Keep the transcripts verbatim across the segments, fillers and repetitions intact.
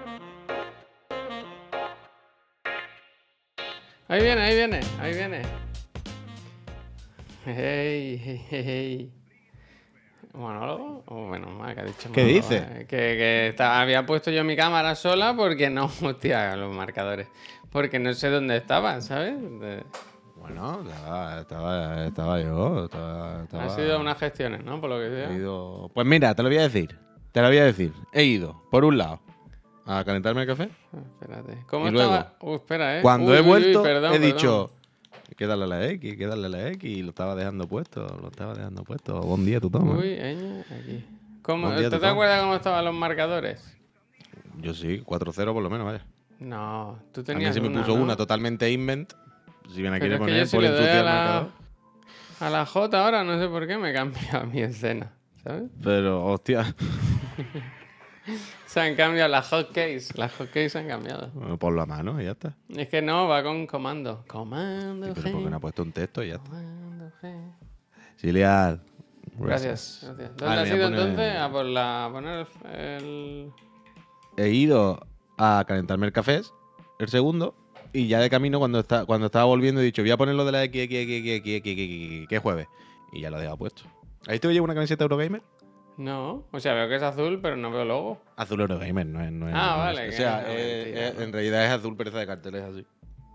Ahí viene, ahí viene, ahí viene. Hey, hey, hey, hey. ¿Monólogo? Oh, bueno, mal que ha dicho ¿Qué monólogo, dice? eh. Que, que estaba- había puesto yo mi cámara sola porque no, hostia, los marcadores. Porque no sé dónde estaban, ¿sabes? De- Bueno, estaba, estaba, estaba yo. Estaba, Ha estaba- sido unas gestiones, ¿no? Por lo que he sea. ido. Pues mira, te lo voy a decir. Te lo voy a decir. He ido, por un lado, a calentarme el café. Ah, espérate. ¿Cómo Y estaba? luego, Uh, espera, ¿eh? Cuando Uy, he uy, uy, vuelto, perdón, he perdón. dicho. Hay que darle a la X, hay que darle a la X. Y lo estaba dejando puesto. Lo estaba dejando puesto. Buen día, tú toma. Uy, ñ, aquí. ¿Cómo, Buen día, ¿Te, tú te toma. acuerdas cómo estaban los marcadores? Yo sí, cuatro cero por lo menos, vaya. No, tú A mí tenías se me una, puso ¿no? una totalmente invent. Si me la Pero quiere es que yo poner si por le doy a ensuciar el marcador. la, a la J ahora, no sé por qué me cambia mi escena, ¿sabes? Pero, hostia. Se han cambiado las hotkeys, las hotkeys se han cambiado. Bueno, por la mano y ya está. Es que no, va con comando. Comando Sí, pero porque no G. ha puesto un texto y ya está. Comando G. Silial. Gracias, gracias. ¿Dónde Vale, has me voy ido a poner- entonces? A por la, a poner el... He ido a calentarme el café, el segundo, y ya de camino cuando, está, cuando estaba volviendo he dicho, voy a poner lo de la X, X, X, X, X, X, X, X, que es jueves. Y ya lo he dejado puesto. ¿Has visto que llevo una camiseta Eurogamer? No, o sea, veo que es azul, pero no veo logo. Azul Eurogamer, no es... No es Ah, no es- vale, O que sea, es eh, mentira, eh, ¿no? en realidad es azul pereza de carteles así.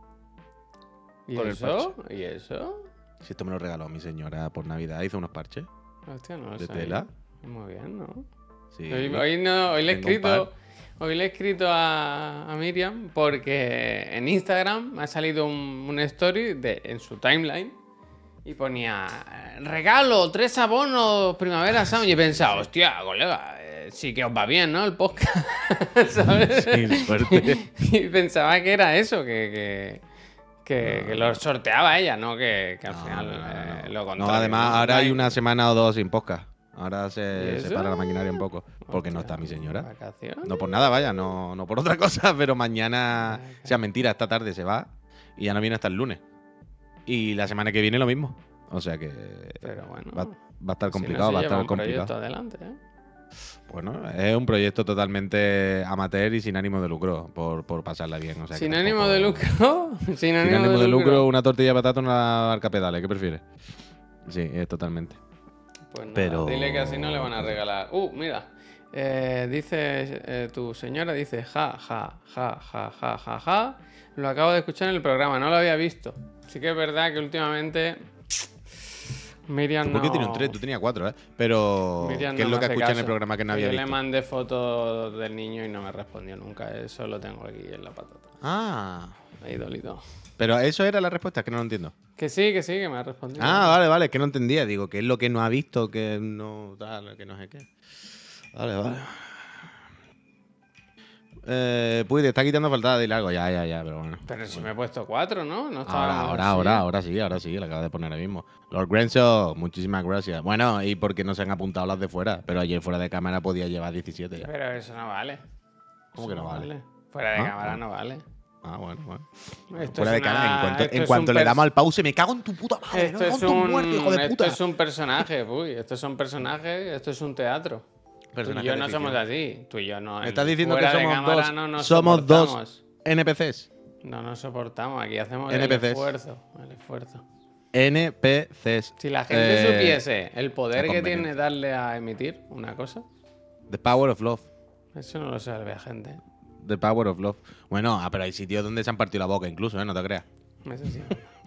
¿Y con el eso? ¿Y eso? Si esto me lo regaló mi señora por Navidad, hizo unos parches Hostia, no lo de sabía. tela. Muy bien, ¿no? Sí. Hoy, hoy no, hoy le he Tengo un escrito, hoy le he escrito a, a Miriam porque en Instagram me ha salido un, un story de, en su timeline y ponía regalo, tres abonos, primavera sound. Y he pensado, hostia, colega, eh, sí que os va bien, ¿no? El podcast, ¿sabes? Sí, suerte. Y pensaba que era eso, que, que, que, que lo sorteaba ella, no que, que al No, final no, no, no, eh, no. lo No, contrario. además, ¿no? ahora hay Bye. una semana o dos sin podcast. Ahora ¿Y se, eso? se para la maquinaria un poco. Porque no Hostia, está mi señora. ¿vacaciones? No por nada, vaya, no, no por otra cosa, pero mañana, o sea, mentira, esta tarde se va y ya no viene hasta el lunes. Y la semana que viene lo mismo. O sea que Pero bueno, va, va a estar si no complicado, se va a lleva estar un proyecto complicado. adelante, ¿eh? Bueno, es un proyecto totalmente amateur y sin ánimo de lucro, por, por pasarla bien. O sea, que Sin tampoco- ánimo de lucro. Sin Sin ánimo, ánimo de lucro, lucro. una tortilla de patata, una barca pedales, ¿qué prefieres? Sí, es totalmente. Pues nada, Pero- dile que así no le van a regalar. Uh, mira. Eh, dice eh, tu señora, dice ja, ja, ja, ja, ja, ja, ja. Lo acabo de escuchar en el programa, no lo había visto. Sí que es verdad que últimamente Miriam ¿Tú no... por qué tienes un tres? Tú tenías cuatro, ¿eh? Pero, Miriam ¿qué no es lo me que hace escuchas en caso. el programa que no había Yo visto? le mandé fotos del niño y no me respondió nunca. Eso lo tengo aquí en la patata. Ah, Ahí dolito. pero eso era la respuesta, es que no lo entiendo. Que sí, que sí, que me ha respondido. Ah, vale, vale, es que no entendía. Digo, ¿qué es lo que no ha visto? Que no tal, que no sé qué. Vale, vale. Eh, pues te está quitando faltada, dile algo. Ya, ya, ya, pero bueno. Pero si Bueno. me he puesto cuatro, ¿no? No estaba Ahora, ahora, así. ahora, ahora sí, ahora sí, lo acabo de poner ahora mismo. Lord Grenzo, muchísimas gracias. Bueno, y porque no se han apuntado las de fuera, pero ayer fuera de cámara podía llevar diecisiete ya. Pero eso no vale. ¿Cómo Eso que no vale? Fuera de ¿Ah? cámara Ah. no vale. Ah, bueno, bueno. Esto Fuera es de cámara, en una- cuanto, esto en es cuanto un le pers- damos al pause, me cago en tu puta madre, Esto me cago es, en tu un, muerto, hijo de esto puta. es un personaje, uy. Estos son personajes, esto es un teatro. Personaje Tú y yo de no ficción. somos así. Tú y yo no. Me en- estás diciendo que fuera de somos cámara dos, no nos somos dos soportamos. N P Cs. No nos soportamos. Aquí hacemos N P Cs. el esfuerzo. El esfuerzo. N P Cs. Si la gente Eh, supiese el poder la que tiene conveniencia. darle a emitir una cosa, The Power of Love. eso no lo sabe la gente. The Power of Love. Bueno, ah, pero hay sitios donde se han partido la boca incluso, ¿eh? No te creas. Eso sí.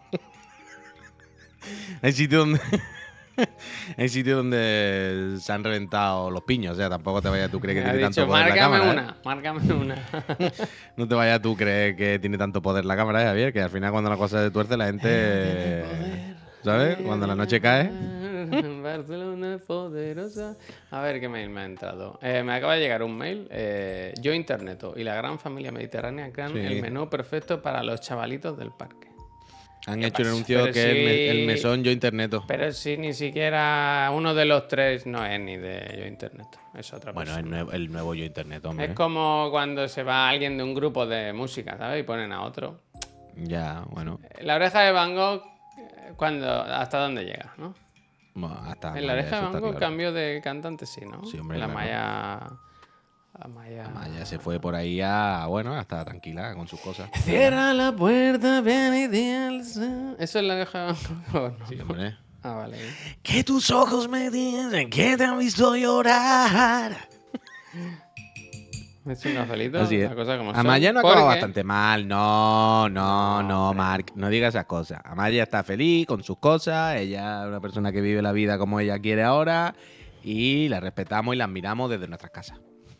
Hay sitios donde... Hay sitios donde se han reventado los piños, o sea, tampoco te vayas tú a creer que Me ha tiene dicho, tanto poder la márcame cámara. ¿eh? una, márcame una. No te vayas tú a creer que tiene tanto poder la cámara, ¿eh, Javier? Que al final cuando la cosa se tuerce la gente... ¿Sabes? Cuando la noche cae... Barcelona poderosa. A ver qué mail me ha entrado. Eh, me acaba de llegar un mail. eh, Yo Interneto y la gran familia mediterránea crean Sí. el menú perfecto para los chavalitos del parque. Han ¿Qué hecho un pasa? anuncio Pero que es el, me- el si- mesón Yo Interneto. Pero si ni siquiera uno de los tres no es ni de Yo Interneto. Es otra Bueno, persona. el nuevo, el nuevo Yo Internet, hombre. Es como cuando se va alguien de un grupo de música, ¿sabes? Y ponen a otro. Ya, bueno. La oreja de Van Gogh, eh, cuando, ¿hasta dónde llega, no? Bueno, hasta En la Maya, oreja de eso Van está Gogh claro. cambio de cantante, sí, ¿no? Sí, hombre, La claro. Maya Amaya. Amaya se fue por ahí a, bueno, hasta tranquila con sus cosas. Cierra la puerta, ven y di el sol. Eso es la deja. Sí, hombre. Ah, vale. Que tus ojos me dicen que te han visto llorar. Me he hecho un cafelito. Así es. La cosa como Amaya son, no acaba porque- bastante mal. No, no, No, no, hombre. Mark. No digas esas cosas. Amaya está feliz con sus cosas. Ella es una persona que vive la vida como ella quiere ahora. Y la respetamos y la admiramos desde nuestras casas.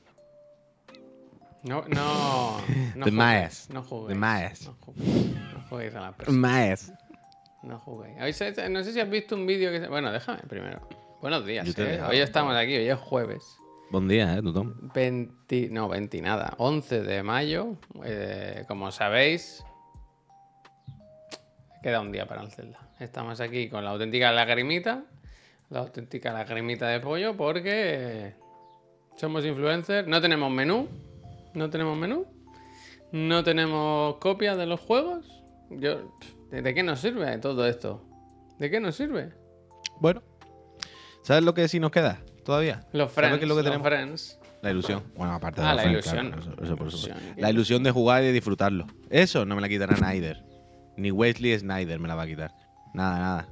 No, no. No The juguéis, Maes. No juguéis. The Maes. No juguéis. No juguéis a las personas. Más. No juguéis. Hoy se- No sé si has visto un vídeo que. se- Bueno, déjame primero. Buenos días. Yo te he eh. dejado, Hoy estamos aquí, hoy es jueves. Buen día, ¿eh, Tutón? veinte, no, veinte nada, once de mayo. Eh, como sabéis, queda un día para el Zelda. Estamos aquí con la auténtica lagrimita, la auténtica lagrimita de pollo, porque somos influencers, no tenemos menú, no tenemos menú, no tenemos copias de los juegos. Yo, ¿de de qué nos sirve todo esto? ¿De qué nos sirve? Bueno, ¿sabes lo que sí nos queda todavía? Los ¿Sabes friends, qué es lo que los tenemos? friends. La ilusión. Bueno, aparte de Ah, los la friends, ilusión. claro, eso- eso por supuesto. Ilusión. La ilusión de jugar y de disfrutarlo. Eso no me la quitará Snyder. Ni Wesley Snyder me la va a quitar. Nada, nada.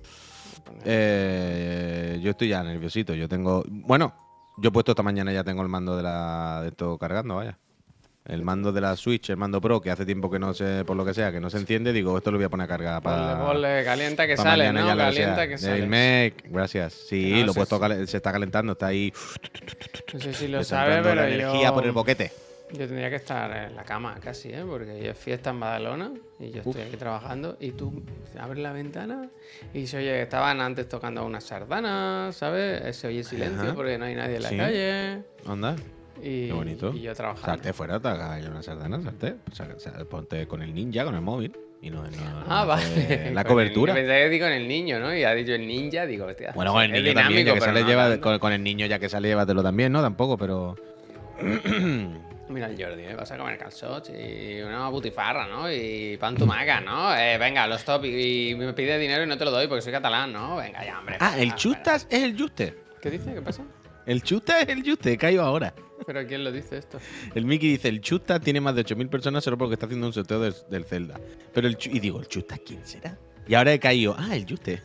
Eh, yo estoy ya nerviosito. Yo tengo. Bueno, yo he puesto esta mañana, ya tengo el mando de la de esto cargando, vaya. El mando de la Switch, el mando Pro, que hace tiempo que no sé, por lo que sea, que no se enciende, digo, esto lo voy a poner a cargar para. Ponle, ponle, calienta que pa' sale, mañana ¿no? ya lo que sea. Calienta que sale. Devil May, gracias. Sí, Que no lo he sé puesto, si- cale- se está calentando, está ahí. No sé si lo le está sabe, entrando pero la energía yo... por el boquete. Yo tendría que estar en la cama casi, ¿eh? Porque yo es fiesta en Badalona y yo estoy aquí trabajando y tú abres la ventana y se oye, estaban antes tocando unas sardanas, ¿sabes? Se oye silencio Ajá. porque no hay nadie en la Sí. calle. Anda, Y, qué bonito. y yo trabajando. Salte fuera, te hagas una sardana, salte. Pues, sa- sa- ponte con el ninja, con el móvil. Y no, no, no Ah, hace vale. la Con cobertura. El, pensé que di con el niño, ¿no? Y ha dicho el ninja, digo, hostia. Bueno, con el es niño también, ya que pero sale, no lleva, tanto. con, con el niño ya que sale, llévatelo también, ¿no? Tampoco, pero. Mira el Jordi, ¿eh? Vas a comer calzots y una butifarra, ¿no? Y pan tumaca, ¿no? Eh, venga, los top y, y me pide dinero y no te lo doy porque soy catalán, ¿no? Venga ya, hombre. Ah, venga, el venga. chustas es el juste. ¿Qué dice? ¿Qué pasa? El chustas es el juste, he caído ahora. ¿Pero quién lo dice esto? El Mickey dice, el chustas tiene más de ocho mil personas solo porque está haciendo un sorteo del, del Zelda. Pero el chu- y digo, ¿el chustas quién será? Y ahora he caído, ah, el juste.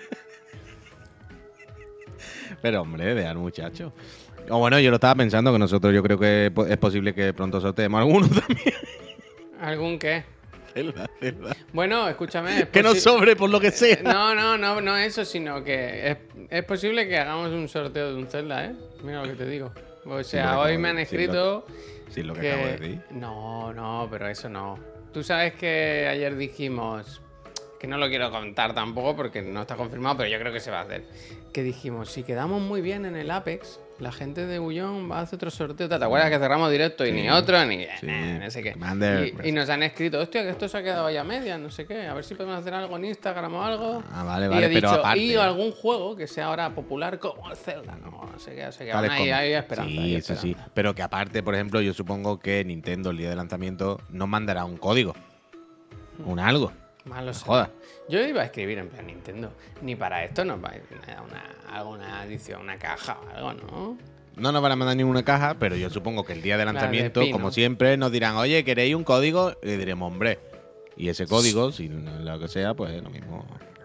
Pero hombre, vean muchacho. O bueno, yo lo estaba pensando que nosotros yo creo que po- es posible que pronto sorteemos alguno también. ¿Algún qué? Zelda, Zelda. Bueno, escúchame. es Que no posi- sobre por lo que sea. Eh, No, no, no, no eso, sino que es, es posible que hagamos un sorteo de un Zelda, ¿eh? Mira lo que te digo. O sea, lo que hoy acabo me de han decir, escrito Sí, lo que, que... acabo de decir. No, no, pero eso no. Tú sabes que ayer dijimos, que no lo quiero contar tampoco porque no está confirmado, pero yo creo que se va a hacer. Que dijimos, si quedamos muy bien en el Apex, la gente de Bullón va a hacer otro sorteo. ¿Te acuerdas que cerramos directo y Sí, ni otro, ni sí. nah, no sé qué? Commander, Y, y nos han escrito, hostia, que esto se ha quedado ya a medias, no sé qué. A ver si podemos hacer algo en Instagram o algo. Ah, vale, y vale, he pero dicho, aparte. y algún juego que sea ahora popular como el Zelda. No, no sé qué, o sea que aún Tales hay, como- hay esperanza. Sí, hay sí, esperanza. sí. Pero que aparte, por ejemplo, yo supongo que Nintendo el día de lanzamiento nos mandará un código. Un algo. Malo será. Joda. Yo iba a escribir en plan Nintendo. Ni para esto nos va a ir una, una- alguna edición, una caja o algo, ¿no? No nos van a mandar ninguna caja, pero yo supongo que el día de de lanzamiento, Pino. como siempre, nos dirán, oye, ¿queréis un código? Y le diremos, hombre. Y ese código, si no- lo que sea, pues lo mismo.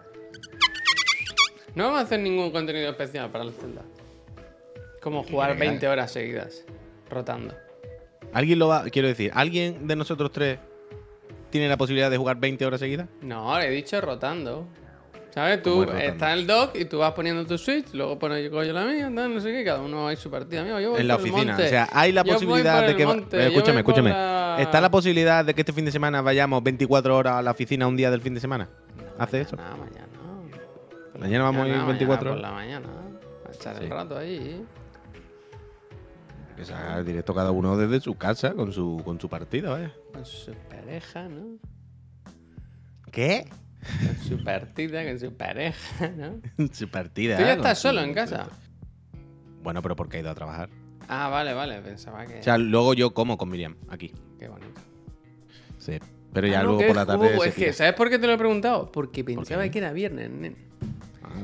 No vamos a hacer ningún contenido especial para el Zelda. Como jugar quieres que veinte horas seguidas, rotando. ¿Alguien lo va, quiero decir, alguien de nosotros tres tiene la posibilidad de jugar veinte horas seguidas? No, he dicho rotando. ¿Sabes? ¿Cómo Tú es rotando? está el dock y tú vas poniendo tu Switch, luego pones yo, yo la mía, tal, no sé qué, cada uno hay su partida. Mira, yo voy En la por el oficina. monte. O sea, hay la Yo voy posibilidad por de el que. va- monte, eh, yo escúchame, voy por escúchame. la- ¿Está la posibilidad de que este fin de semana vayamos veinticuatro horas a la oficina un día del fin de semana? No, ¿Hace eso? mañana, mañana. Por la Mañana vamos a ir mañana, veinticuatro Por la mañana. A echar Sí. el rato ahí. Que se haga el directo cada uno desde su casa con su, con su partida, vaya. Con su pareja, ¿no? ¿Qué? Con su partida, con su pareja, ¿no? su partida. Tú ya con estás su- solo en casa. Bueno, pero porque ha ido a trabajar. Ah, vale, vale. Pensaba que. O sea, luego yo como con Miriam, aquí. Qué bonito. Sí. Pero ya Ah, no, luego que por la es tarde. juego, se es que, tira. ¿sabes por qué te lo he preguntado? Porque pensaba qué? que era viernes, nene. Ah,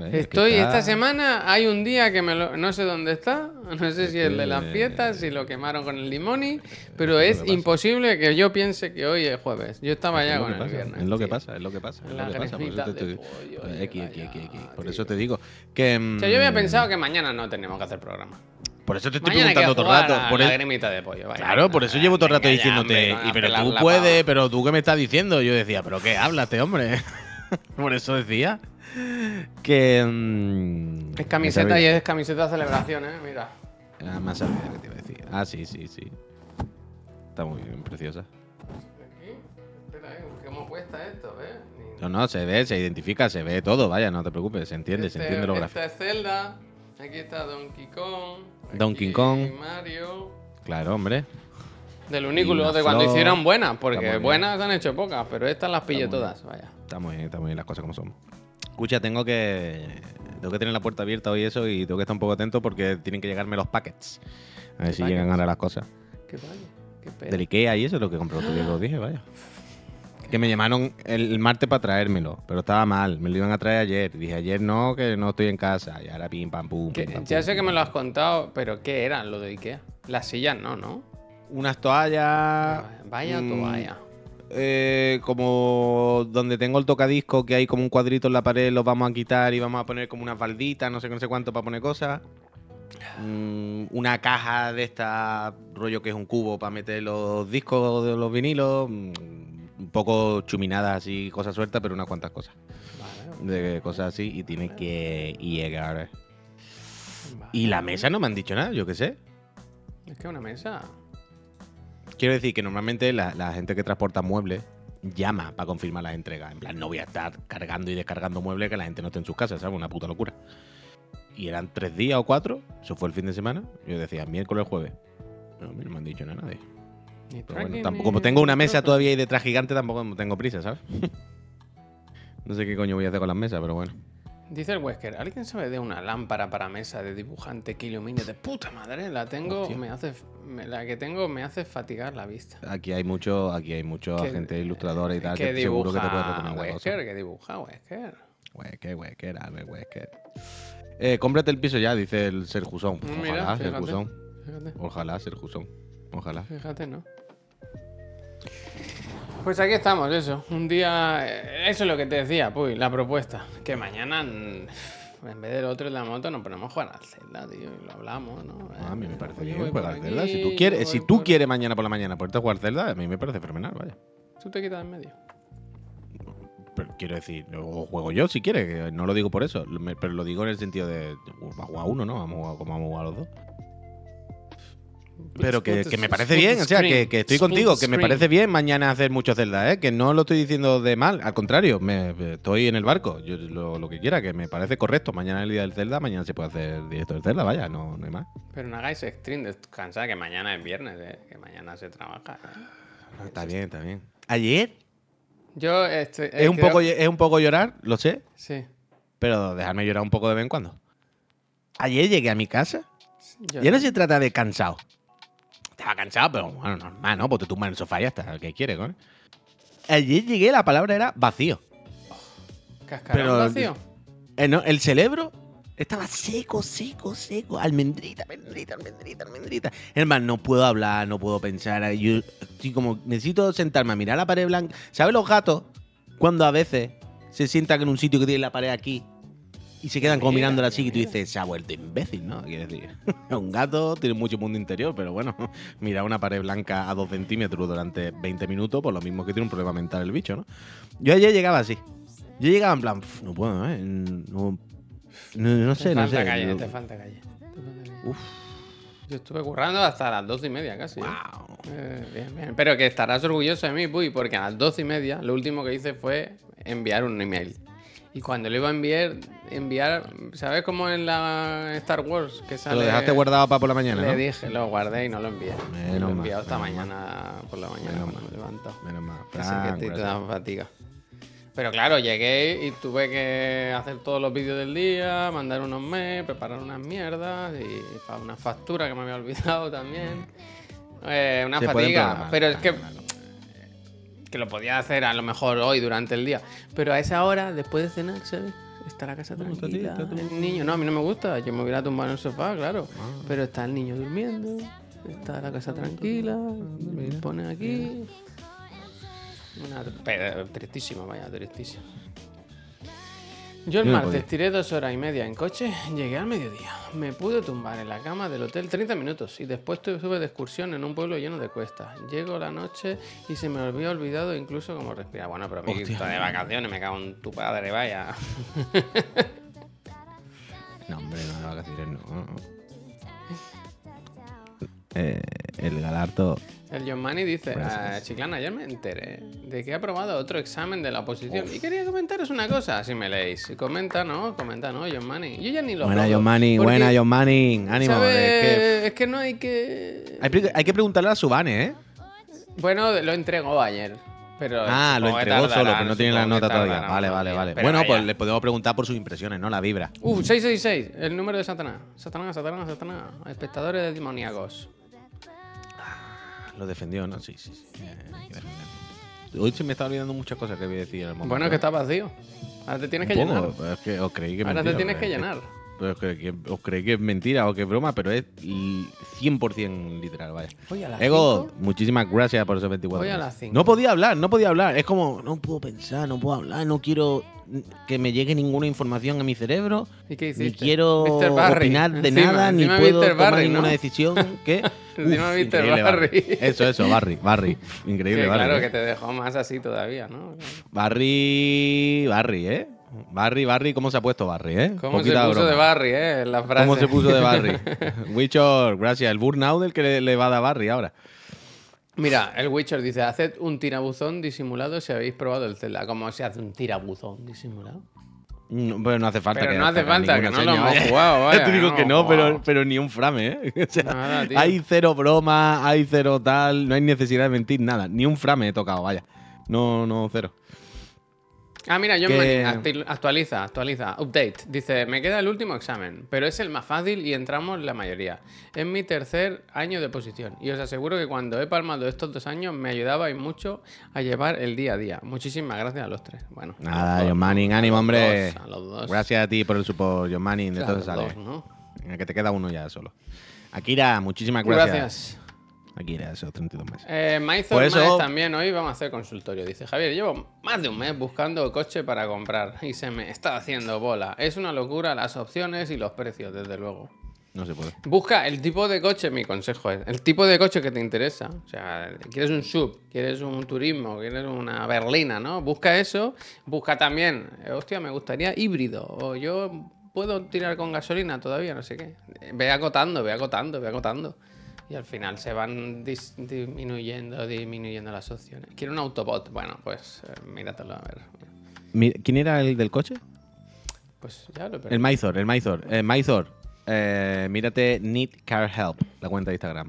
¿ves? Es que Estoy, está- esta semana hay un día que me lo, no sé dónde está, no sé si el de las que- fiestas, si lo quemaron con el limoni, pero es lo es que pasa. imposible que yo piense que hoy es jueves. Yo estaba Es ya lo con que el pasa, viernes. Es lo que tío. pasa, es lo que pasa. Es La lo que pasa. Por eso grejita te, de te- pollo, X, llega X, ya, X, X. Por tío. eso te digo que. O sea, yo había mm, pensado que mañana no tenemos que hacer programa. Por eso te estoy Mañana hay que preguntando todo el jugar rato. a Por la el- lagrimita de pollo. vaya. Claro, por eso llevo todo el rato Venga ya, diciéndote. hombre, y pero pelar tú la puedes, pava. pero tú qué me estás diciendo. Yo decía, pero qué habla este hombre. Por eso decía que. mm, Es camiseta y es camiseta de celebración, ¿eh? Mira. Ah, más sabía que te iba a decir. Ah, sí, sí, sí. Está muy bien, preciosa. Aquí. Espera, ¿eh? ¿Cómo cuesta esto, eh? Ni- No, no, se ve, se identifica, se ve todo, vaya, no te preocupes, se entiende, se Este- entiende lo esta gráfico. es Zelda. Aquí está Donkey Kong. Donkey aquí Kong. Mario. Claro, hombre. Del Y unículo una de cuando flor. hicieron buenas, Está porque muy bien. buenas han hecho pocas, pero estas las pillé muy bien. todas, vaya. Está muy bien, está muy bien las cosas como son. Escucha, tengo que. Tengo que tener la puerta abierta hoy eso y tengo que estar un poco atento porque tienen que llegarme los packets. A ver ¿Qué si llegan packets? ahora las cosas. Qué vaya, qué pena. Del Ikea y eso es lo que compré otro día que os dije, vaya. Que me llamaron el, el martes para traérmelo, pero estaba mal. Me lo iban a traer ayer. Dije ayer no, que no estoy en casa. Y ahora pim, pam, pum. Que- pim, pam, ya pum, sé pim, que me pam, lo has pum. contado, pero ¿qué era lo de Ikea? Las sillas no, ¿no? Unas toallas. Vaya mm, toalla. eh, como donde tengo el tocadisco, que hay como un cuadrito en la pared, los vamos a quitar y vamos a poner como unas balditas, no sé qué, no sé cuánto, para poner cosas. Mm, una caja de esta rollo que es un cubo para meter los discos de los vinilos. mm, un poco chuminadas así, cosas sueltas, pero unas cuantas cosas. Vale, De cosas así y tiene que llegar. vale. Y la mesa no me han dicho nada, yo qué sé. Es que una mesa. Quiero decir que normalmente la, la gente que transporta muebles llama para confirmar las entregas. En plan, no voy a estar cargando y descargando muebles que la gente no esté en sus casas, ¿sabes? Una puta locura. Y eran tres días o cuatro, eso fue el fin de semana. Yo decía, miércoles, jueves. No, a mí no me han dicho nada nadie. Ni Pero bueno, tracking, tampoco, ni- como tengo una ni mesa trozo. todavía ahí detrás gigante, tampoco tengo prisa, ¿sabes? No sé qué coño voy a hacer con las mesas, pero bueno. Dice el Wesker, ¿alguien sabe de una lámpara para mesa de dibujante Kilomine de puta madre? La tengo, Hostia. me hace, me- la que tengo me hace fatigar la vista. Aquí hay mucho, aquí hay muchos Que- agentes ilustradores y tal, que que seguro que te puedes dibuja recomendar Wesker, cosas. que dibuja Wesker. Wesker, Wesker, Albert Wesker. Eh, cómprate el piso ya, dice el Serjusón. Mm, mira, Ojalá, fíjate. Serjusón. Fíjate, Ojalá, Serjusón. Ojalá. fíjate, ¿no? Pues aquí estamos, eso. Un día. eh, Eso es lo que te decía, pues, la propuesta. Que mañana, mm, en vez del otro de la moto, nos ponemos a jugar al Zelda, tío. Y lo hablamos, ¿no? A mí me parece Yo bien voy por jugar aquí, Zelda. Si yo tú quieres, si voy tú por- quieres mañana por la mañana ponerte a jugar Zelda, a mí me parece fenomenal, vaya. Tú te quitas en medio. Pero quiero decir, o juego yo si quieres, que no lo digo por eso, me- pero lo digo en el sentido de, va a jugar uno, ¿no? Vamos a jugar como vamos a jugar los dos. Pero que, que me parece bien, o sea, que, que estoy contigo, que me parece bien mañana hacer mucho Zelda, ¿eh? Que no lo estoy diciendo de mal, al contrario, me, me- estoy en el barco, yo lo, lo que quiera, que me parece correcto. Mañana es el día del Zelda, mañana se puede hacer directo del Zelda, vaya, no, no hay más. Pero no hagáis stream, descansad, que mañana es viernes, ¿eh? Que mañana se trabaja. ¿eh? No, está bien, está bien. Ayer Yo estoy. es un, poco, es un poco llorar, lo sé, Sí. pero dejarme llorar un poco de vez en cuando. Ayer llegué a mi casa, Yo ya no se trata de cansado. Estaba cansado, pero bueno, normal, ¿no? Pues te tumbas en el sofá y ya está. ¿Qué quieres, coño? Ayer llegué, la palabra era vacío. ¿Cascarón pero- vacío? Eh, no, el cerebro estaba seco, seco, seco. Almendrita, almendrita, almendrita, almendrita. Hermano, no puedo hablar, no puedo pensar. Yo estoy como, necesito sentarme a mirar la pared blanca. ¿Sabes los gatos? Cuando a veces se sientan en un sitio que tiene la pared aquí y se quedan como Mira, mirándola así y tú mira. dices, se ha vuelto imbécil, ¿no? Quiero decir, un gato tiene mucho mundo interior, pero bueno, mira una pared blanca a dos centímetros durante veinte minutos, por lo mismo que tiene un problema mental el bicho, ¿no? Yo ayer llegaba así. Yo llegaba en plan, "Pf, no puedo, ¿eh? No, no, no sé, te no falta sé. calle, Yo- te falta calle. Te falta calle. Uf, Yo estuve currando hasta las doce y media casi. ¿eh? wow. Eh, bien, bien. Pero que estarás orgulloso de mí, Puy, porque a las doce y media lo último que hice fue enviar un email. Y cuando le iba a enviar, enviar, ¿sabes cómo en la Star Wars que Te sale? lo dejaste guardado para por la mañana, Le ¿no? dije, lo guardé y no lo envié. Menos lo he mal, enviado esta menos mañana por la mañana Menos cuando me he levantado. Menos mal. Así que Fran, estoy te gracias. da fatiga. Pero claro, llegué y tuve que hacer todos los vídeos del día, mandar unos mails, preparar unas mierdas y para una factura que me había olvidado también. Eh, una Se pueden fatiga. programar, Pero es que, claro, claro. que lo podía hacer a lo mejor hoy durante el día. Pero a esa hora, después de cenar, ¿sabes? Está la casa ¿No te gusta a ti? tranquila. ¿Está tu- El niño, no, a mí no me gusta. Yo me hubiera tumbado en el sofá, claro. Ah. Pero está el niño durmiendo. Está la casa tranquila. Me mira, pone aquí. Una, pero, tristísimo, vaya, tristísimo. Yo el Yo no martes podía. tiré dos horas y media en coche, llegué al mediodía. Me pude tumbar en la cama del hotel treinta minutos y después estuve de excursión en un pueblo lleno de cuestas. Llego la noche y se me había olvidado incluso cómo respirar. Bueno, pero mi Hostia. está de vacaciones, me cago en tu padre, vaya. No, hombre, no de vacaciones, no. Eh, el Galarto. El John Mani dice, Gracias. "Ah, Chiclana, ayer me enteré de que he aprobado otro examen de la oposición y quería comentaros una cosa, si me leéis. Comenta, ¿no? Comenta, ¿no, John Mani? Yo ya ni lo Buena, aplaudo, John Manning, porque, buena, John Manning. Ánimo. ¿sabes? Es que, Es que no hay que... hay, pre- hay que preguntarle a Subane, ¿eh? Bueno, lo entregó ayer. Pero Ah, lo supongo que entregó solo, tardarán, pero no tiene la supongo que nota todavía. tardarán Vale, unos vale, días, vale. pero Bueno, vaya. pues le podemos preguntar por sus impresiones, ¿no? La vibra. Uh, seiscientos sesenta y seis, el número de Satanás. Satanás, Satanás, Satanás. Espectadores demoníacos. Lo defendió, ¿no? Sí, sí, sí. Eh, hay que defenderlo. Hoy se me está olvidando muchas cosas que voy a decir en el momento. Bueno, es que está vacío. Ahora te tienes que Un poco, llenar. pues es que os creí que es Ahora te mentira, tienes pero que es llenar. Pero es que, que- os creí que es mentira o que es broma, pero es l- cien por ciento literal, vaya. Voy a las Ego, cinco. muchísimas gracias por esos veinticuatro. Voy a meses. las cinco. No podía hablar, no podía hablar. Es como, no puedo pensar, no puedo hablar, no quiero que me llegue ninguna información a mi cerebro. ¿Y qué Ni hiciste? quiero Mister Barry. opinar de Encima, nada, ni encima puedo Mister tomar Barry, ninguna ¿no? decisión. ¿Qué? Encima Uf, Mister increíble, Barry. Eso, eso, Barry, Barry. Increíble, Que Barry. claro, ¿eh? que te dejó más así todavía, ¿no? Barry, Barry, ¿eh? Barry, Barry, ¿cómo se ha puesto Barry, eh? ¿Cómo se Poquita puso broma. de Barry, eh? En la frase. ¿Cómo se puso de Barry? Wichor, gracias. El burnout del que le, le va a dar Barry ahora. Mira, el Witcher dice, haced un tirabuzón disimulado si habéis probado el Zelda. ¿Cómo se hace un tirabuzón disimulado? No, pero no hace falta Pero que no hace haga falta, que ninguna no lo seña, hemos vaya. jugado, vaya, Ya te que digo no que lo no, hemos pero, jugado. pero ni un frame, ¿eh? O sea, Nada, tío. hay cero broma, hay cero tal, no hay necesidad de mentir nada. Ni un frame he tocado, vaya. No, no, cero. Ah, mira, John Que- Manning, acti- actualiza, actualiza, update. Dice, me queda el último examen, pero es el más fácil y entramos la mayoría. Es mi tercer año de posición y os aseguro que cuando he palmado estos dos años me ayudabais mucho a llevar el día a día. Muchísimas gracias a los tres. Bueno, a Nada, los dos, John ¿no? Manning, A ánimo, los hombre. dos, a los dos. Gracias a ti por el support, John Manning. De A todo los sale. dos, ¿no? Venga, que te queda uno ya solo. Akira, muchísimas gracias. Gracias. Akira, esos treinta y dos meses. Eh, Maizor Pues Maez eso- también hoy vamos a hacer consultorio. Dice Javier, llevo más de un mes buscando coche para comprar y se me está haciendo bola. Es una locura las opciones y los precios, desde luego. No se puede. Busca el tipo de coche, mi consejo es, el tipo de coche que te interesa. O sea, quieres un sub, quieres un turismo, quieres una berlina, ¿no? Busca eso. Busca también, eh, hostia, me gustaría híbrido. O yo puedo tirar con gasolina todavía, no sé qué. Ve acotando, ve acotando, ve acotando. Y al final se van dis- disminuyendo, disminuyendo las opciones. Quiero un Autobot. Bueno, pues eh, míratelo a ver. Mi- ¿Quién era el del coche? Pues ya lo he El perdido. Maizor, el Maizor. Eh, Maizor, eh, mírate Need Car Help, la cuenta de Instagram.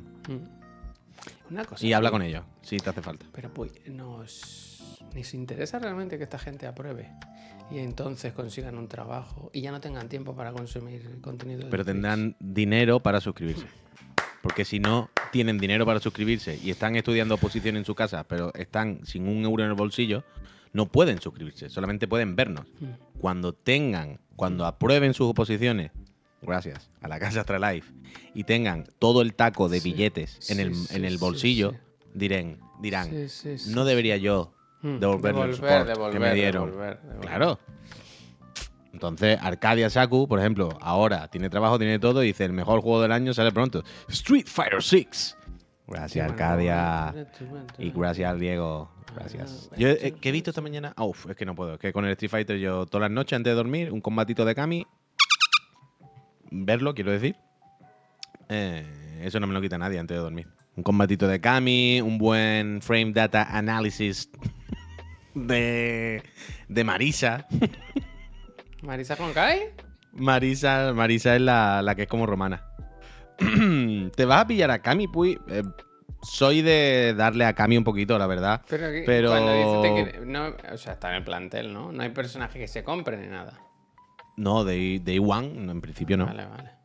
Una cosa. Y habla tío. con ellos, si te hace falta. Pero pues nos, ni se interesa realmente que esta gente apruebe y entonces consigan un trabajo y ya no tengan tiempo para consumir contenido de Pero Twitch. tendrán dinero para suscribirse. Porque si no tienen dinero para suscribirse y están estudiando oposición en su casa, pero están sin un euro en el bolsillo, no pueden suscribirse, solamente pueden vernos. Cuando tengan, cuando aprueben sus oposiciones, gracias a la Casa Astralife, y tengan todo el taco de Sí, billetes en sí, el, sí, en el sí, bolsillo, sí. dirán, dirán, Sí, sí, sí, no debería yo Mm, devolverle el devolver, support devolver, que me dieron. devolver, devolver. Claro. Entonces, Arcadia Saku, por ejemplo, ahora tiene trabajo, tiene todo, y dice, el mejor juego del año sale pronto. Street Fighter seis. Gracias, Arcadia. Y gracias al Diego. Gracias. Yo, eh, ¿qué he visto esta mañana? Ah, uf, es que no puedo. Es que con el Street Fighter yo todas las noches antes de dormir, un combatito de Kami. Verlo, quiero decir. Eh, eso no me lo quita nadie antes de dormir. Un combatito de Kami, un buen frame data analysis de, de Marisa. ¿Marisa con Kai? Marisa, Marisa es la, la que es como romana. ¿Te vas a pillar a Kami, Puy? Eh, soy de darle a Kami un poquito, la verdad. Pero, que- Pero- cuando dice te quiere- no, o sea, está en el plantel, ¿no? No hay personaje que se compre ni nada. No, Day, Day One, no, en principio no. Vale, vale.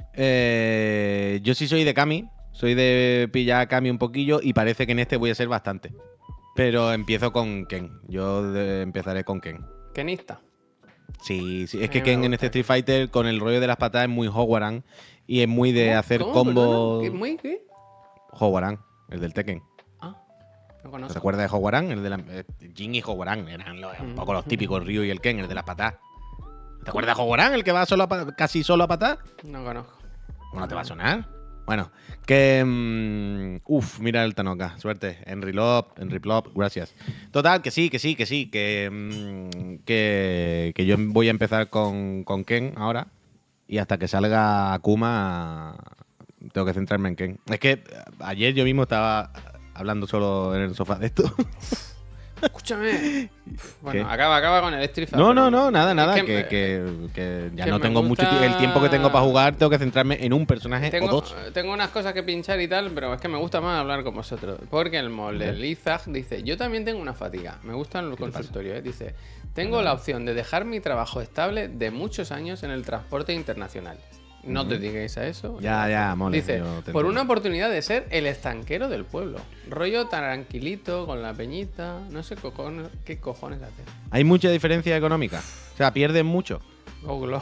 Eh, yo sí soy de Kami. Soy de pillar a Kami un poquillo y parece que en este voy a ser bastante. Pero empiezo con Ken. Yo de- empezaré con Ken. Kenista. Sí, sí. Es A que mí me Ken en gusta. este Street Fighter con el rollo de las patadas es muy Hogwarts y es muy de ¿Cómo? hacer ¿Cómo? combos. Perdona, ¿qué? ¿Muy qué? Hogwarts, el del Tekken. Ah, no ¿Te conozco. recuerdas de Hogwarts? El de la, eh, Jin y Hogwarts eran los- un poco los típicos Ryu y el Ken, el de las patadas. ¿Te acuerdas de Hogwarts, el que va solo a pa- casi solo a patar? No conozco. ¿Cómo no te va a sonar? Bueno, que. mm, uf, mira el Tanoka. Suerte. Henry Lop, Henry Plop, gracias. Total, que sí, que sí, que sí. Que, mm, que, que yo voy a empezar con, con Ken ahora. Y hasta que salga Akuma, tengo que centrarme en Ken. Es que eh, ayer yo mismo estaba hablando solo en el sofá de esto. Escúchame. Bueno, ¿Qué? acaba, acaba con el Street Fighter. No, pero no, no, nada, es nada. que, Que, eh, que- que ya que no me tengo mucho ti- el tiempo que tengo para gusta- jugar, tengo que centrarme en un personaje o Tengo, dos. tengo unas cosas que pinchar y tal, pero es que me gusta más hablar con vosotros. Porque el molde, el Izag, dice: Yo también tengo una fatiga. Me gustan los consultorios. ¿eh? Dice: Tengo la opción de dejar mi trabajo estable de muchos años en el transporte internacional. No te digáis a eso. Ya, ya, mole. Dice, yo te por entiendo. una oportunidad de ser el estanquero del pueblo. Rollo tranquilito, con la peñita. No sé cojones- qué cojones hacer. Hay mucha diferencia económica. O sea, pierden mucho. Go global.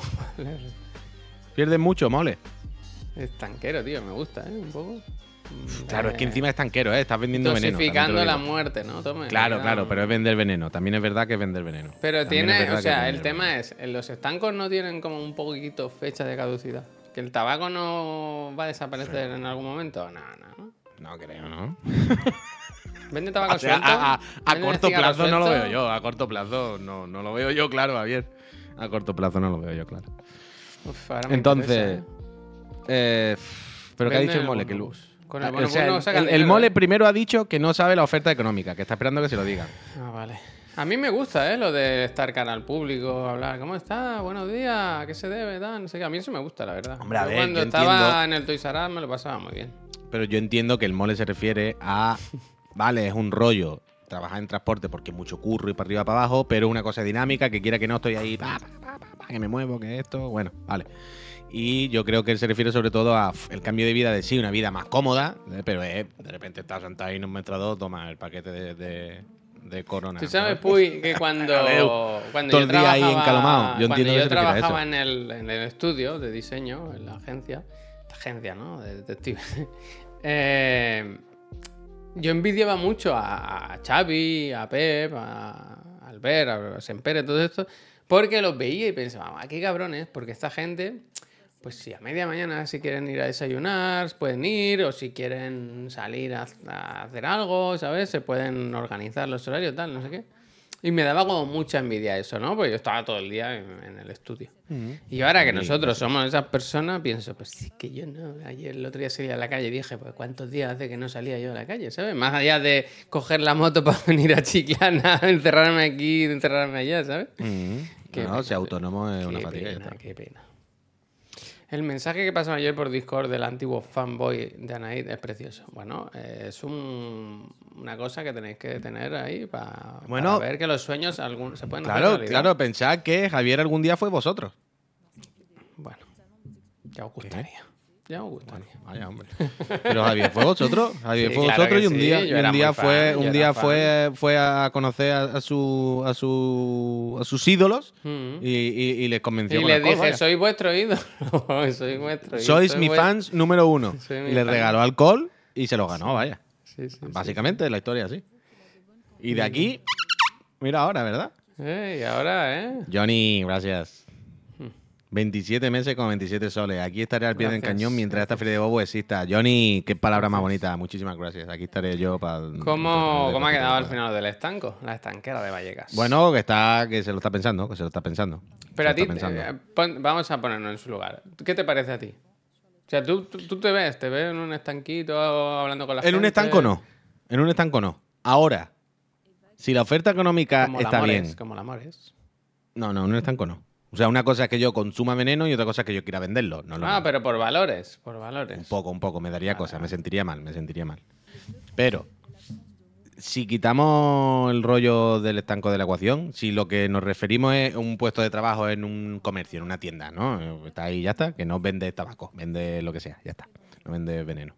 Pierden mucho, mole. Estanquero, tío, me gusta, ¿eh? Un poco. Claro, Eh, es que encima es tanquero, ¿eh? Estás vendiendo veneno. también te lo Dosificando la digo. muerte, ¿no? Tome, Claro, ya. claro, pero es vender veneno. También es verdad que es vender veneno. Pero También es tiene, verdad o que sea, es el vender tema veneno. es, en los estancos no tienen como un poquito fecha de caducidad. Que el tabaco no va a desaparecer en algún momento. No, no. No creo, ¿no? Vende tabaco O sea, suelto. a, a- a vende corto cigarro plazo no lo suelto. veo yo. A corto plazo no, no lo veo yo, claro, Javier. A corto plazo no lo veo yo, claro. Uf, ahora me Entonces, interesa, eh, pero ¿qué ha Vende dicho el el mole? Que lo- bonobús. Con Ah, el o sea, bonobús no el, saca el- el dinero, mole ¿eh? primero ha dicho que no sabe la oferta económica, que está esperando que se lo digan. Ah, vale. A mí me gusta, ¿eh? Lo de estar cara al público, hablar. ¿Cómo está? Buenos días. ¿A qué se debe? Tal, no sé qué. A mí eso me gusta, la verdad. Hombre, a Yo ver, cuando yo estaba entiendo- en el Toys R Us me lo pasaba muy bien. Pero yo entiendo que el mole se refiere a, vale, es un rollo trabajar en transporte porque es mucho curro y para arriba para abajo, pero una cosa dinámica que quiera que no estoy ahí, pa, pa, pa, pa, pa, que me muevo, que esto, bueno, vale. Y yo creo que él se refiere sobre todo a uf, el cambio de vida de sí, una vida más cómoda, eh, pero eh, de repente estás sentado ahí en un metro toma el paquete de, de, de Corona. Tú sabes, ¿sabes? Puy, que cuando, Adeu. cuando Todo yo el día ahí trabajaba, encalomado. Yo cuando entiendo que yo se refiere a trabajaba eso. en el, en el estudio de diseño, en la agencia, la agencia, ¿no? De detective. eh, yo envidiaba mucho a, a Xavi, a Pep, a Albert, a Sempere, todo esto, porque los veía y pensaba, "Ah, qué cabrones, porque esta gente, pues si a media mañana si quieren ir a desayunar, pueden ir, o si quieren salir a, a hacer algo, ¿sabes? Se pueden organizar los horarios, tal, no sé qué. Y me daba como mucha envidia eso, ¿no? Porque yo estaba todo el día en, en el estudio. Y ahora que Sí, nosotros somos esas personas, pienso, pues sí que yo no. Ayer el otro día salí a la calle y dije, pues ¿cuántos días hace que no salía yo a la calle, ¿sabes? Más allá de coger la moto para venir a Chiclana, encerrarme aquí, encerrarme allá, ¿sabes? Mm, Qué no, pena, ser autónomo es una Qué fatiga. ya pena, está. qué pena. El mensaje que pasó ayer por Discord del antiguo fanboy de Anaid es precioso. Bueno, eh, es un- una cosa que tenéis que tener ahí pa- Bueno, para ver que los sueños algún, se pueden hacer Claro, realidad. claro, pensad que Javier algún día fue vosotros. Bueno, ya os gustaría. Ya os gustaría. Vaya, hombre. Pero Javier fue vosotros. Javier Sí, fue claro vosotros que y un sí, día, yo y un era día muy fue, fan, yo un era día fan. fue, fue a conocer a, a su, a su, a sus ídolos Mm. y, y- y les convenció Y con les alcohol, dije, vaya. soy vuestro ídolo. soy vuestro ídolo. Sois soy mi vuest- fans número uno. Soy mi Y les fan. regaló alcohol y se lo ganó, vaya. Sí, sí, sí, Básicamente la historia así. Y de aquí, mira ahora, ¿verdad? sí. Eh, y ahora, ¿eh? Johnny, gracias. veintisiete meses con veintisiete soles. Aquí estaré al pie del Gracias, cañón mientras esta gracias. feria de bobo exista. Johnny, qué palabra más bonita. Muchísimas gracias. Aquí estaré yo para. ¿Cómo, ¿Cómo ha quedado al final del estanco? La estanquera de Vallecas. Bueno, que está, que se lo está pensando, que se lo está pensando. Pero a Se lo ti, está pensando. eh, pon- vamos a ponernos en su lugar. ¿Qué te parece a ti? O sea, ¿tú, tú, tú te ves? ¿Te ves en un estanquito hablando con la En gente? un estanco no. En un estanco no. Ahora, si la oferta económica Como el está amor bien. es, como el amor es. No, no, en un estanco no. O sea, una cosa es que yo consuma veneno y otra cosa es que yo quiera venderlo. No, lo Ah, mismo. pero por valores, por valores. Un poco, un poco, me daría cosa, me sentiría mal, me sentiría mal. Pero, si quitamos el rollo del estanco de la ecuación, si lo que nos referimos es un puesto de trabajo en un comercio, en una tienda, ¿no? Está ahí, ya está, que no vende tabaco, vende lo que sea, ya está, no vende veneno.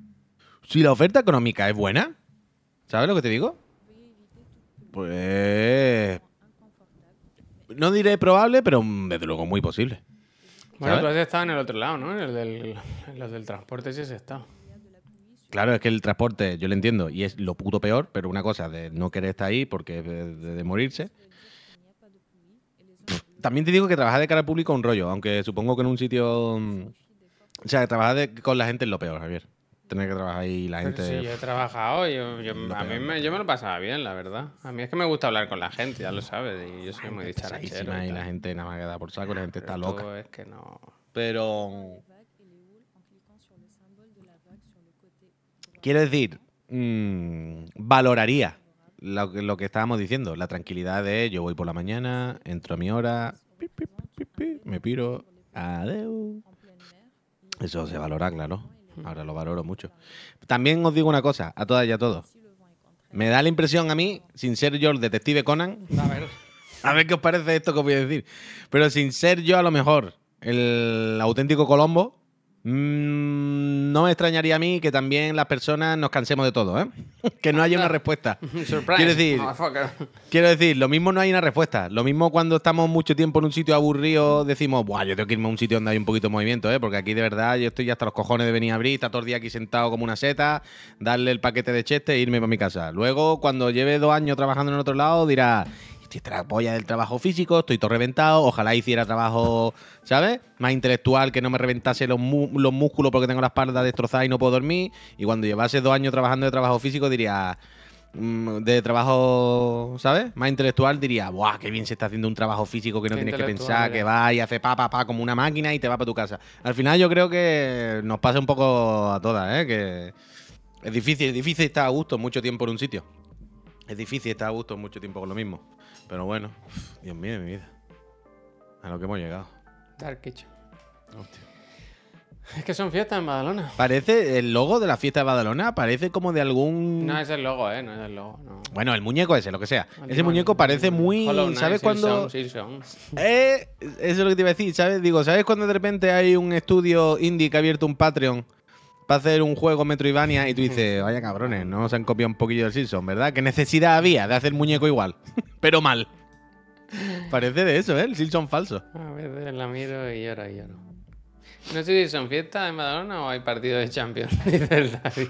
Si la oferta económica es buena, ¿sabes lo que te digo? Pues... no diré probable, pero desde luego muy posible. Bueno, ¿sabes? tú has estado en el otro lado, ¿no? En el del, en los del transporte sí has estado. Claro, es que el transporte, yo lo entiendo, y es lo puto peor, pero una cosa de no querer estar ahí porque de, de- de morirse. También te digo que trabajar de cara al público es un rollo, aunque supongo que en un sitio. mm, O sea, trabajar de- con la gente es lo peor, Javier. Tener que trabajar ahí y la Pero gente. si yo he trabajado, yo, yo- Lo a mí peor, lo me, yo me peor. lo pasaba bien, la verdad. A mí es que me gusta hablar con la gente, ya lo sabes, y yo soy muy Gente dicharachero pesadísima y y la tal. gente nada más que da por saco, la gente Pero está tú loca. es que no... Pero. Quiero decir, mm, valoraría lo, que- lo que estábamos diciendo, la tranquilidad de yo voy por la mañana, entro a mi hora, pi, pi, pi, pi, pi, me piro, adeu. Eso se valora, claro. Ahora lo valoro mucho. También os digo una cosa, a todas y a todos. Me da la impresión a mí, sin ser yo el detective Conan, A ver, a ver qué os parece esto que os voy a decir, pero sin ser yo a lo mejor el auténtico Colombo, mm, no me extrañaría a mí que también las personas nos cansemos de todo, ¿eh? Que no haya una Anda. respuesta. surprise, Quiero decir, motherfucker. Quiero decir, lo mismo no hay una respuesta. Lo mismo cuando estamos mucho tiempo en un sitio aburrido, decimos, buah, yo tengo que irme a un sitio donde hay un poquito de movimiento, ¿eh? Porque aquí de verdad yo estoy ya hasta los cojones de venir a abrir, estar todo el día aquí sentado como una seta, darle el paquete de cheste e irme para mi casa. Luego, cuando lleve dos años trabajando en otro lado, dirá, estoy hasta la polla del trabajo físico, estoy todo reventado, ojalá hiciera trabajo, ¿sabes? Más intelectual, que no me reventase los, mu- los músculos porque tengo la espalda destrozada y no puedo dormir. Y cuando llevase dos años trabajando de trabajo físico, diría mm, de trabajo, ¿sabes? Más intelectual diría, ¡buah, qué bien se está haciendo un trabajo físico que no Qué tienes que intelectual pensar, eres. que va y hace pa, pa, pa como una máquina y te va para tu casa! Al final yo creo que nos pasa un poco a todas, ¿eh? Que es difícil, es difícil estar a gusto mucho tiempo en un sitio. Es difícil estar a gusto mucho tiempo con lo mismo. Pero bueno, Dios mío de mi vida. A lo que hemos llegado. Dark Kitchen. Hostia. Es que son fiestas en Badalona. Parece el logo de la fiesta de Badalona, parece como de algún... No es el logo, ¿eh? No es el logo, no. Bueno, el muñeco ese, lo que sea. El Ese limón, muñeco el parece limón. muy... Hollow Knight, ¿Sabes cuando...? Silson, Silson. Eh, eso es lo que te iba a decir, ¿sabes? Digo, ¿sabes cuando de repente hay un estudio indie que ha abierto un Patreon para hacer un juego Metroidvania y tú dices, vaya cabrones, no se han copiado un poquillo del Simpson, ¿verdad? ¿Qué necesidad había de hacer muñeco igual? Pero mal. Parece de eso, ¿eh? El Simpson falso. A veces la miro y lloro y lloro. No sé si son fiestas en Badalona o hay partido de Champions, dice el David.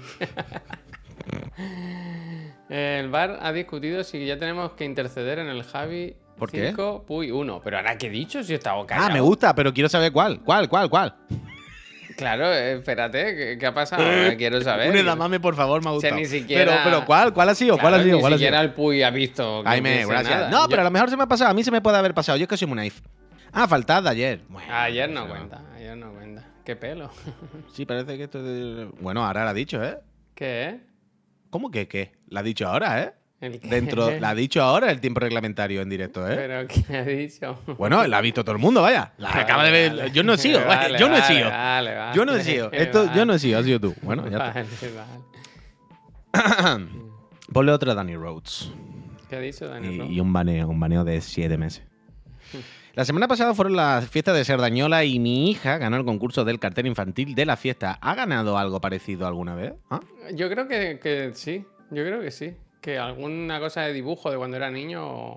El bar ha discutido si ya tenemos que interceder en el Javi ¿Por qué? cinco, Puy uno. Pero ahora, ¿qué he dicho? Si he estado callado. Ah, me gusta, pero quiero saber cuál. ¿Cuál, cuál, cuál? Claro, eh, espérate, ¿qué, qué ha pasado? Eh, Quiero saber. Un edamame, por favor, me ha O sea, gustado. ni siquiera- Pero, pero, ¿cuál? ¿Cuál ha sido? ¿Cuál Claro, ha sido? Ni ¿Cuál ha siquiera sido? el Puy ha visto que Jaime, hubiese gracias. nada. No, Yo- pero a lo mejor se me ha pasado. A mí se me puede haber pasado. Yo es que soy muy naif. Ah, faltad de ayer. Bueno, Ayer no o sea, cuenta, ayer no cuenta. ¿Qué pelo? Sí, parece que esto es de... Bueno, ahora lo ha dicho, ¿eh? ¿Qué, eh? ¿Cómo que qué? La ha dicho ahora, ¿eh? ¿El qué? Dentro, la ha dicho ahora el tiempo reglamentario en directo, ¿eh? ¿Pero qué ha dicho? Bueno, la ha visto todo el mundo, vaya. La Vale, acaba de ver. vale. Yo no he sido, vaya, Vale, yo no he vale, sido. vale, vale, Yo no he sido. Esto, yo no he sido, has sido tú. Bueno, ya está. Vale, vale. Ponle otra Danny Rhodes. ¿Qué ha dicho Dani Y, Ro? y un baneo, un baneo de siete meses. La semana pasada fueron las fiestas de Sardañola y mi hija ganó el concurso del cartel infantil de la fiesta. ¿Ha ganado algo parecido alguna vez? ¿Ah? Yo creo que, que sí, yo creo que sí. Que alguna cosa de dibujo de cuando era niño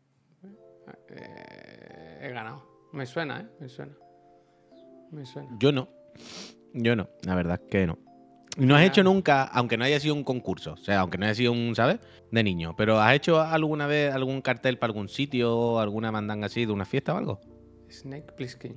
eh, he ganado. Me suena, ¿eh? Me suena. Me suena. Yo no. Yo no, la verdad es que no. Y no has Ya. hecho nunca, aunque no haya sido un concurso, o sea, aunque no haya sido un, ¿sabes? De niño, pero ¿has hecho alguna vez algún cartel para algún sitio, alguna mandanga así de una fiesta o algo? Snake Plissken.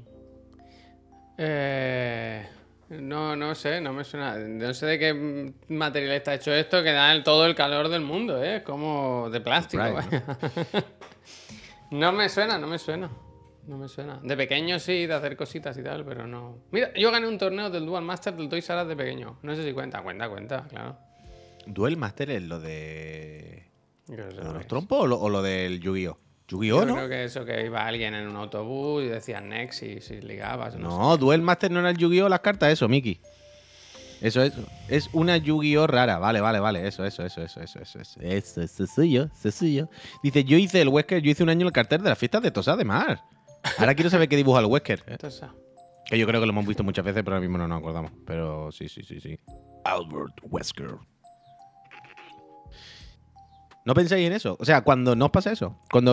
Eh, no, no sé, no me suena. No sé de qué material está hecho esto que da el- todo el calor del mundo, ¿eh? Como de plástico. Right, vaya. No me suena, no me suena. No me suena. De pequeño sí, de hacer cositas y tal, pero no. Mira, yo gané un torneo del Dual Master del Toys R Us de pequeño. No sé si cuenta, cuenta, cuenta, claro. ¿Duel Master es lo de, Yo no sé lo de lo los que es. trompos o lo, o lo del Yu-Gi-Oh? Yu-Gi-Oh, Yo ¿no? creo que eso que iba alguien en un autobús y decía next y si ligabas. No, sé. No, Duel Master no era el Yu-Gi-Oh las cartas, eso, Miki. Eso es, es una Yu-Gi-Oh rara. Vale, vale, vale. Eso, eso, eso, eso, eso, eso, eso, eso, eso soy yo, eso soy yo. Dice, yo hice el Wesker, yo hice un año el cartel de las fiestas de Tosá de Mar. Ahora quiero saber qué dibuja el Wesker. ¿eh? Entonces, Que yo creo que lo hemos visto muchas veces, pero ahora mismo no nos acordamos. Pero sí, sí, sí, sí. Albert Wesker. ¿No pensáis en eso? O sea, cuando no os pasa eso, cuando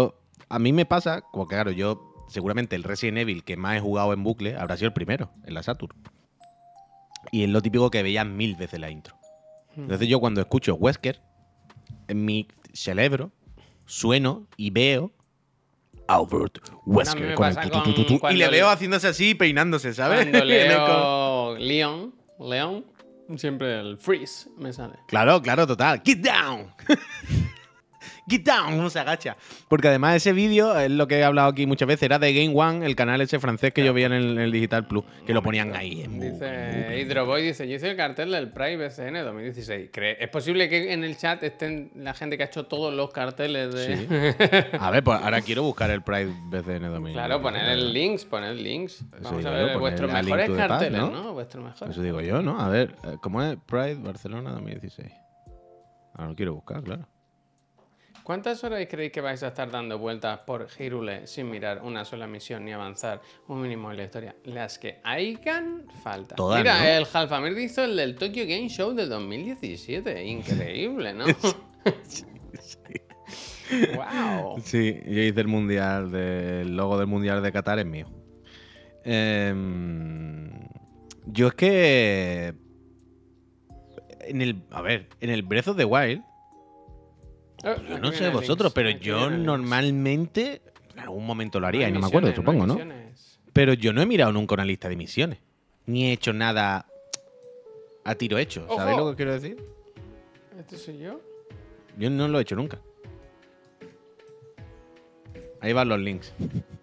a mí me pasa, como que claro, yo seguramente el Resident Evil que más he jugado en bucle habrá sido el primero, en la Saturn. Y es lo típico que veía mil veces la intro. Entonces yo cuando escucho Wesker, en mi cerebro sueno y veo Albert Bueno, a mí Wesker me con el pasa tu, tu, tu, tu, tu, con y le cuando veo le- haciéndose así, peinándose, ¿sabes? Cuando En el leo co- Leon, Leon, siempre el freeze me sale. Claro, claro, total. Get down. Get down, uno se agacha. Porque además ese vídeo, es lo que he hablado aquí muchas veces, era de Game One, el canal ese francés que yo veía en el, en el Digital Plus, que lo ponían ahí en bucle, en Dice bucle. Hydroboy, dice, yo hice el cartel del Pride B C N dos mil dieciséis. ¿Cree- ¿Es posible que en el chat estén la gente que ha hecho todos los carteles de...? Sí. A ver, pues ahora quiero buscar el Pride B C N dos mil. Claro, poner el links, poner links. Vamos digo a yo, ver poner vuestros la link mejores to the past, carteles, ¿no? ¿no? Vuestros mejores. Eso digo yo, ¿no? A ver, eh, ¿cómo es Pride Barcelona dos mil dieciséis? Ahora lo quiero buscar, claro. ¿Cuántas horas creéis que vais a estar dando vueltas por Hyrule sin mirar una sola misión ni avanzar un mínimo en la historia? Las que hayan falta. Todas, Mira, ¿no? el Halfamir hizo el del Tokyo Game Show del dos mil diecisiete. Increíble, ¿no? ¡Wow! Sí, yo hice el mundial, de, el logo del mundial de Qatar es mío. Em, yo es que... En el, a ver, en el Breath of the Wild, yo no sé vosotros, pero yo normalmente en algún momento lo haría y no me acuerdo, supongo, ¿no? Pero yo no he mirado nunca una lista de misiones. Ni he hecho nada a tiro hecho. ¿Sabéis ¡Ojo! lo que quiero decir? ¿Este soy yo? Yo no lo he hecho nunca. Ahí van los links.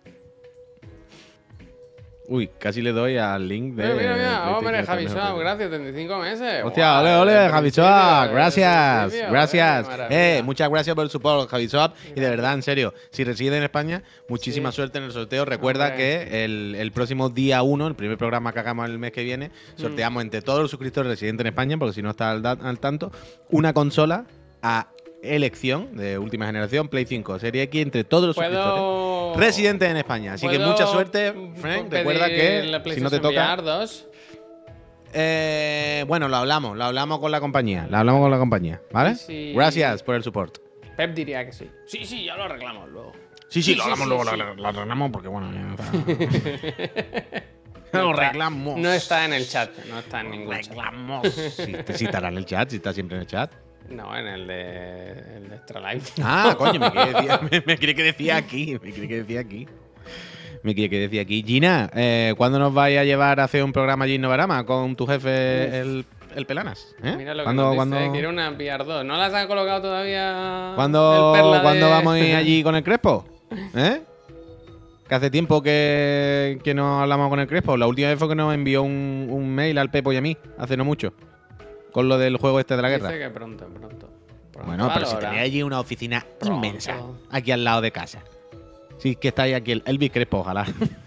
Uy, casi le doy al link de. Mira, mira, mira. PlayStation Hombre, tres Javi mejor Swap, que- gracias, treinta y cinco meses. Hostia, Guau, ole, desde ole, el Javi principio, Swap, desde el gracias, principio, gracias. eh, maravilla. Eh, muchas gracias por el support, Javi Swap. Y de verdad, en serio, si reside en España, muchísima Sí. suerte en el sorteo. Recuerda Hombre. que el, el próximo día uno, el primer programa que hagamos el mes que viene, Mm. sorteamos entre todos los suscriptores residentes en España, porque si no está al, da- al tanto, una consola a elección de última generación, Play cinco, Serie X, entre todos los suscriptores Puedo. residentes en España. Así que ¿Puedo mucha suerte, Frank. pedir Recuerda la que si no te PlayStation toca. V R dos? Eh, bueno, lo hablamos, lo hablamos con la compañía. Lo hablamos con la compañía, ¿vale? Sí. Gracias por el support. Pep diría que sí. Sí, sí, ya lo arreglamos luego. Sí, Sí, sí, lo sí, hablamos sí, luego, sí. Lo, lo arreglamos porque, bueno, ya está. Lo arreglamos. No está en el chat, no está en ningún chat. Arreglamos. Sí, sí estará en el chat, sí está siempre en el chat. No, en el de, el de Extra Life. Ah, coño, me quiere decir, me, me quiere que decía aquí. Me quiere que decía aquí. Me quiere que decía aquí. Gina, eh, ¿cuándo nos vais a llevar a hacer un programa allí en Novarama con tu jefe, el, el Pelanas? ¿Eh? Mira lo que ¿Cuándo, nos dice, cuándo- eh, quiere una V R dos. ¿No las ha colocado todavía ¿Cuándo, el Perla ¿cuándo de- vamos a ir allí con el Crespo? ¿Eh? Que hace tiempo que, que no hablamos con el Crespo. La última vez fue que nos envió un, un mail al Pepo y a mí, hace no mucho. Con lo del juego este de la guerra. Dice que pronto, pronto. Pronto, Bueno, pero si Valora. tenéis allí una oficina Pronto. inmensa, aquí al lado de casa. Sí, que está ahí aquí el Elvis Crespo, ojalá.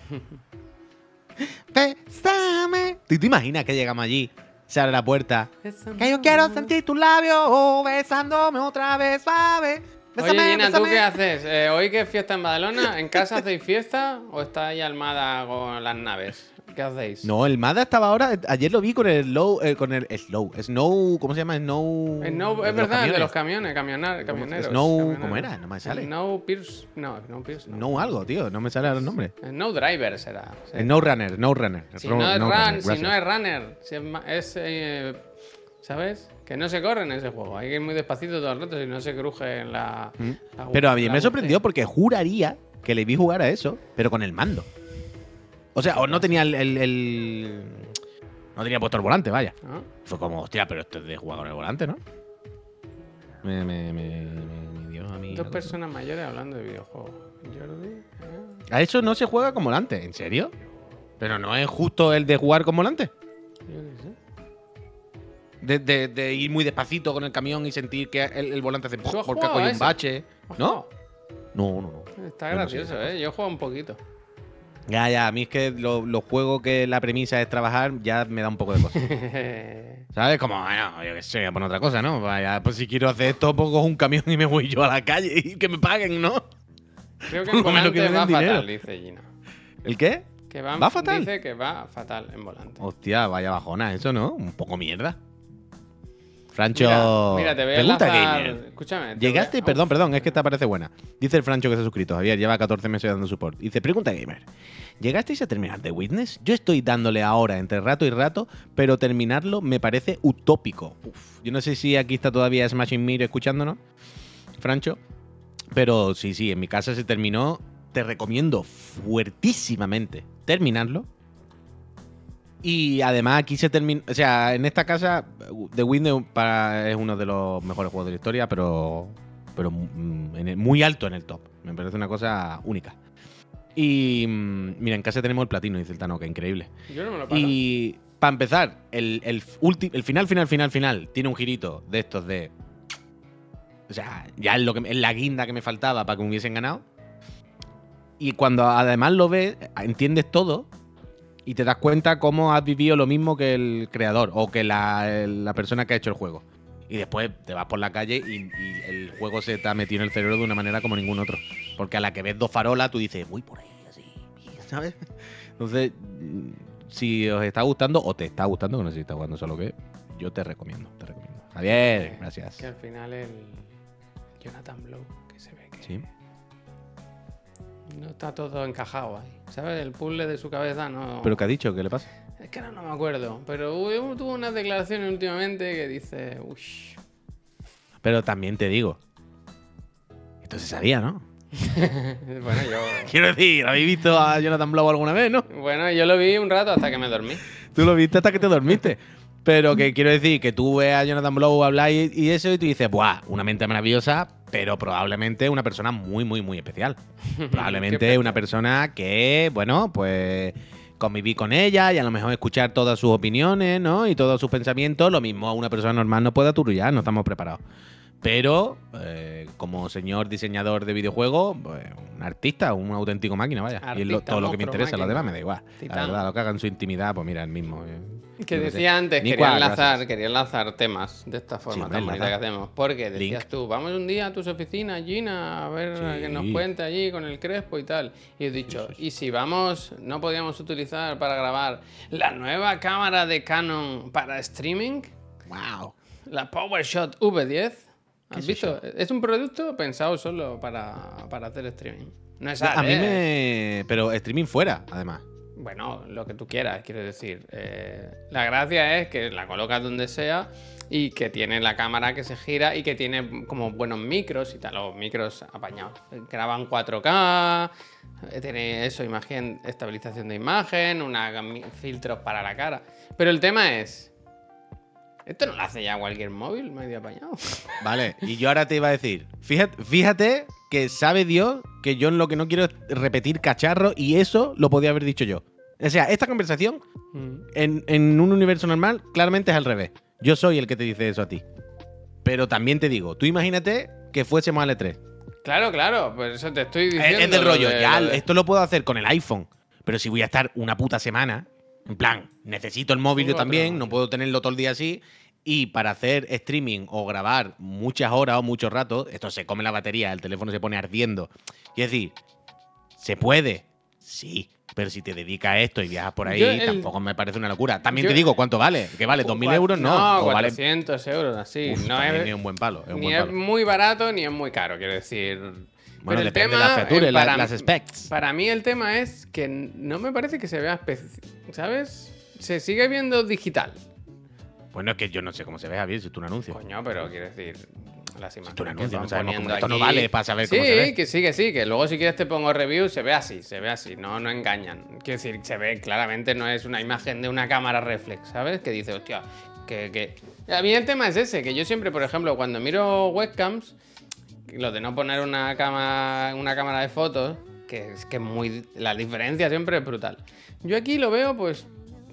Bésame. ¿Tú te imaginas que llegamos allí, se abre la puerta? Que yo quiero sentir tus labios besándome otra vez, suave. Oye, Gina, ¿tú qué haces? Eh, ¿Hoy que es fiesta en Badalona? ¿En casa hacéis fiesta o estáis Almada con las naves? ¿Qué hacéis? No, el Mada estaba ahora. Ayer lo vi con el Slow. eh, con el Slow. Snow. ¿Cómo se llama? Snow. Eh, no, el es de los verdad, el de los camiones. camiones, camionar, camioneros. Snow- camioneros. ¿cómo era? No me sale. Snow Pierce. No, Snow Pierce. No. Snow algo, tío. No me sale el nombre. Snow Driver será. sí. El No Runner. No Runner. Si Ro- no es No run, Runner, si gracias. no es runner, si es, ma- es, eh, ¿sabes? Que no se corre en ese juego. Hay que ir muy despacito todo el rato si no se cruje en la. Mm. la- Pero a mí la me U C. sorprendió porque juraría que le vi jugar a eso, pero con el mando. O sea, o no tenía el. el- el- no tenía puesto el volante, vaya. ¿No? Fue como, hostia, pero esto es de jugar con el volante, ¿no? Me, me, me, me- me dio a mí. Dos personas mayores hablando de videojuegos. Jordi. ¿eh? A eso no se juega con volante, ¿en serio? Pero no es justo el de jugar con volante. Yo qué sé. De, de- de ir muy despacito con el camión y sentir que el, el volante hace ¿Tú has porque jugado hay a un ese? bache. ¿No? Ojo, No, no, no. Está Yo no sé gracioso, esa ¿eh? Yo he jugado un poquito. Ya, ya, a mí es que lo- los juegos que la premisa es trabajar ya me da un poco de cosa. ¿Sabes? Como, bueno, yo qué sé, voy a poner otra cosa, ¿no? Vaya, pues si quiero hacer esto, pues cojo un camión y me voy yo a la calle y que me paguen, ¿no? Creo que Por en lo menos volante que me den va dinero. fatal, dice Gina. ¿El qué? Que va, ¿Va fatal? Dice que va fatal en volante. Hostia, vaya bajona, eso, ¿no? Un poco mierda. Francho. Mira, mira, te voy a Pregunta enlazar. gamer. Escúchame. te Llegaste, voy a- perdón, perdón, es que esta parece buena. Dice el Francho que se ha suscrito. Javier lleva catorce meses dando support. Dice, pregunta gamer. ¿Llegasteis a terminar The Witness? Yo estoy dándole ahora entre rato y rato, pero terminarlo me parece utópico. Uf, yo no sé si aquí está todavía Smashing Mirror escuchándonos, Francho. Pero sí, sí, en mi casa se terminó. Te recomiendo fuertísimamente terminarlo. Y además aquí se termina. O sea, en esta casa, The Witness para, es uno de los mejores juegos de la historia, pero, pero mm, en el- muy alto en el top. Me parece una cosa única. Y mm, mira, en casa tenemos el platino, dice el Tanoka, increíble. Yo no me lo paso. Y para empezar, el, el, ulti- el final, final, final, final tiene un girito de estos de. O sea, ya es, lo que, es la guinda que me faltaba para que me hubiesen ganado. Y cuando además lo ves, entiendes todo y te das cuenta cómo has vivido lo mismo que el creador o que la, la persona que ha hecho el juego. Y después te vas por la calle y, y el juego se te ha metido en el cerebro de una manera como ningún otro. Porque a la que ves dos farolas, tú dices, voy por ahí, así, ¿sabes? Entonces, mm, si os está gustando o te está gustando, que no sé si está jugando solo que, yo te recomiendo, te recomiendo. Javier, gracias. Que al final el Jonathan Blow, que se ve que Sí. no está todo encajado ahí. ¿Sabes? El puzzle de su cabeza no. ¿Pero qué ha dicho? ¿Qué le pasa? Es que ahora no me acuerdo. Pero hubo- tuvo unas declaraciones últimamente que dice. Uff. Pero también te digo, esto se sabía, ¿no? Bueno, yo. Quiero decir, ¿habéis visto a Jonathan Blow alguna vez, no? Bueno, yo lo vi un rato hasta que me dormí. Tú lo viste hasta que te dormiste. Pero que quiero decir que tú ves a Jonathan Blow hablar y, y eso y tú dices, ¡buah! Una mente maravillosa, pero probablemente una persona muy, muy, muy especial. Probablemente una persona que, bueno, pues conviví con ella y a lo mejor escuchar todas sus opiniones, ¿no? Y todos sus pensamientos. Lo mismo a una persona normal no puede aturullar, no estamos preparados. Pero, eh, como señor diseñador de videojuegos, pues, un artista, un auténtico máquina, vaya. y es lo- Artista, todo lo que me monstruo, interesa, lo máquina. demás me da igual. Titán. La verdad, lo que haga en su intimidad, pues mira, el mismo. eh, Que yo qué sé. decía antes, Ni quería cuál, enlazar, gracias. quería enlazar temas de esta forma Sí, tan hombre, bonita que enlaza. hacemos. Porque decías Link. tú, vamos un día a tus oficinas, Gina, a ver Sí. a que nos cuente allí con el Crespo y tal. Y he dicho, ¿y si vamos, no podíamos utilizar para grabar la nueva cámara de Canon para streaming? ¡Wow! La PowerShot V diez. ¿Has es visto? Es un producto pensado solo para, para hacer streaming. No es A mí arte, me. Pero streaming fuera, además. Bueno, lo que tú quieras, quiero decir. Eh, la gracia es que la colocas donde sea y que tiene la cámara que se gira y que tiene como buenos micros y tal, los micros apañados. Graban cuatro K, eh, tiene eso, imagen, estabilización de imagen, una, filtros para la cara. Pero el tema es, ¿esto no lo hace ya cualquier móvil medio apañado? Vale, y yo ahora te iba a decir, fíjate, fíjate que sabe Dios que yo lo que no quiero es repetir cacharro y eso lo podía haber dicho yo. O sea, esta conversación Mm. en, en un universo normal claramente es al revés. Yo soy el que te dice eso a ti. Pero también te digo, tú imagínate que fuésemos al E tres. Claro, claro, pues eso te estoy diciendo. Es, es del lo rollo, de- ya, lo de- esto lo puedo hacer con el iPhone. Pero si voy a estar una puta semana, en plan, necesito el móvil yo Otro también, móvil. no puedo tenerlo todo el día así. Y para hacer streaming o grabar muchas horas o muchos ratos, esto se come la batería, el teléfono se pone ardiendo. Y es decir, ¿se puede? Sí. Pero si te dedicas a esto y viajas por ahí, Yo el- tampoco me parece una locura. También yo- te digo, ¿cuánto vale? ¿Que vale dos mil euros? No. No, o vale. cuatrocientos euros, así. Uf, no también es, es un buen palo. Es un ni buen es palo. muy barato ni es muy caro, quiero decir. Bueno, Pero el depende de tema, las features, eh, la- para, las specs. Para mí el tema es que no me parece que se vea, espe- ¿sabes? Se sigue viendo digital. Bueno, es que yo no sé cómo se ve, Javier, si es un anuncio. Coño, pero quiero decir, las imágenes tú un que anuncio, van no sabemos poniendo cómo- esto no aquí- vale para saber sí, cómo se ve. que sí, que sí, que luego si quieres te pongo review, se ve así, se ve así, no, no engañan. Quiero decir, se ve claramente, no es una imagen de una cámara reflex, ¿sabes? Que dice, hostia, que, que... A mí el tema es ese, que yo siempre, por ejemplo, cuando miro webcams, lo de no poner una, cama, una cámara de fotos, que es que es muy... La diferencia siempre es brutal. Yo aquí lo veo, pues...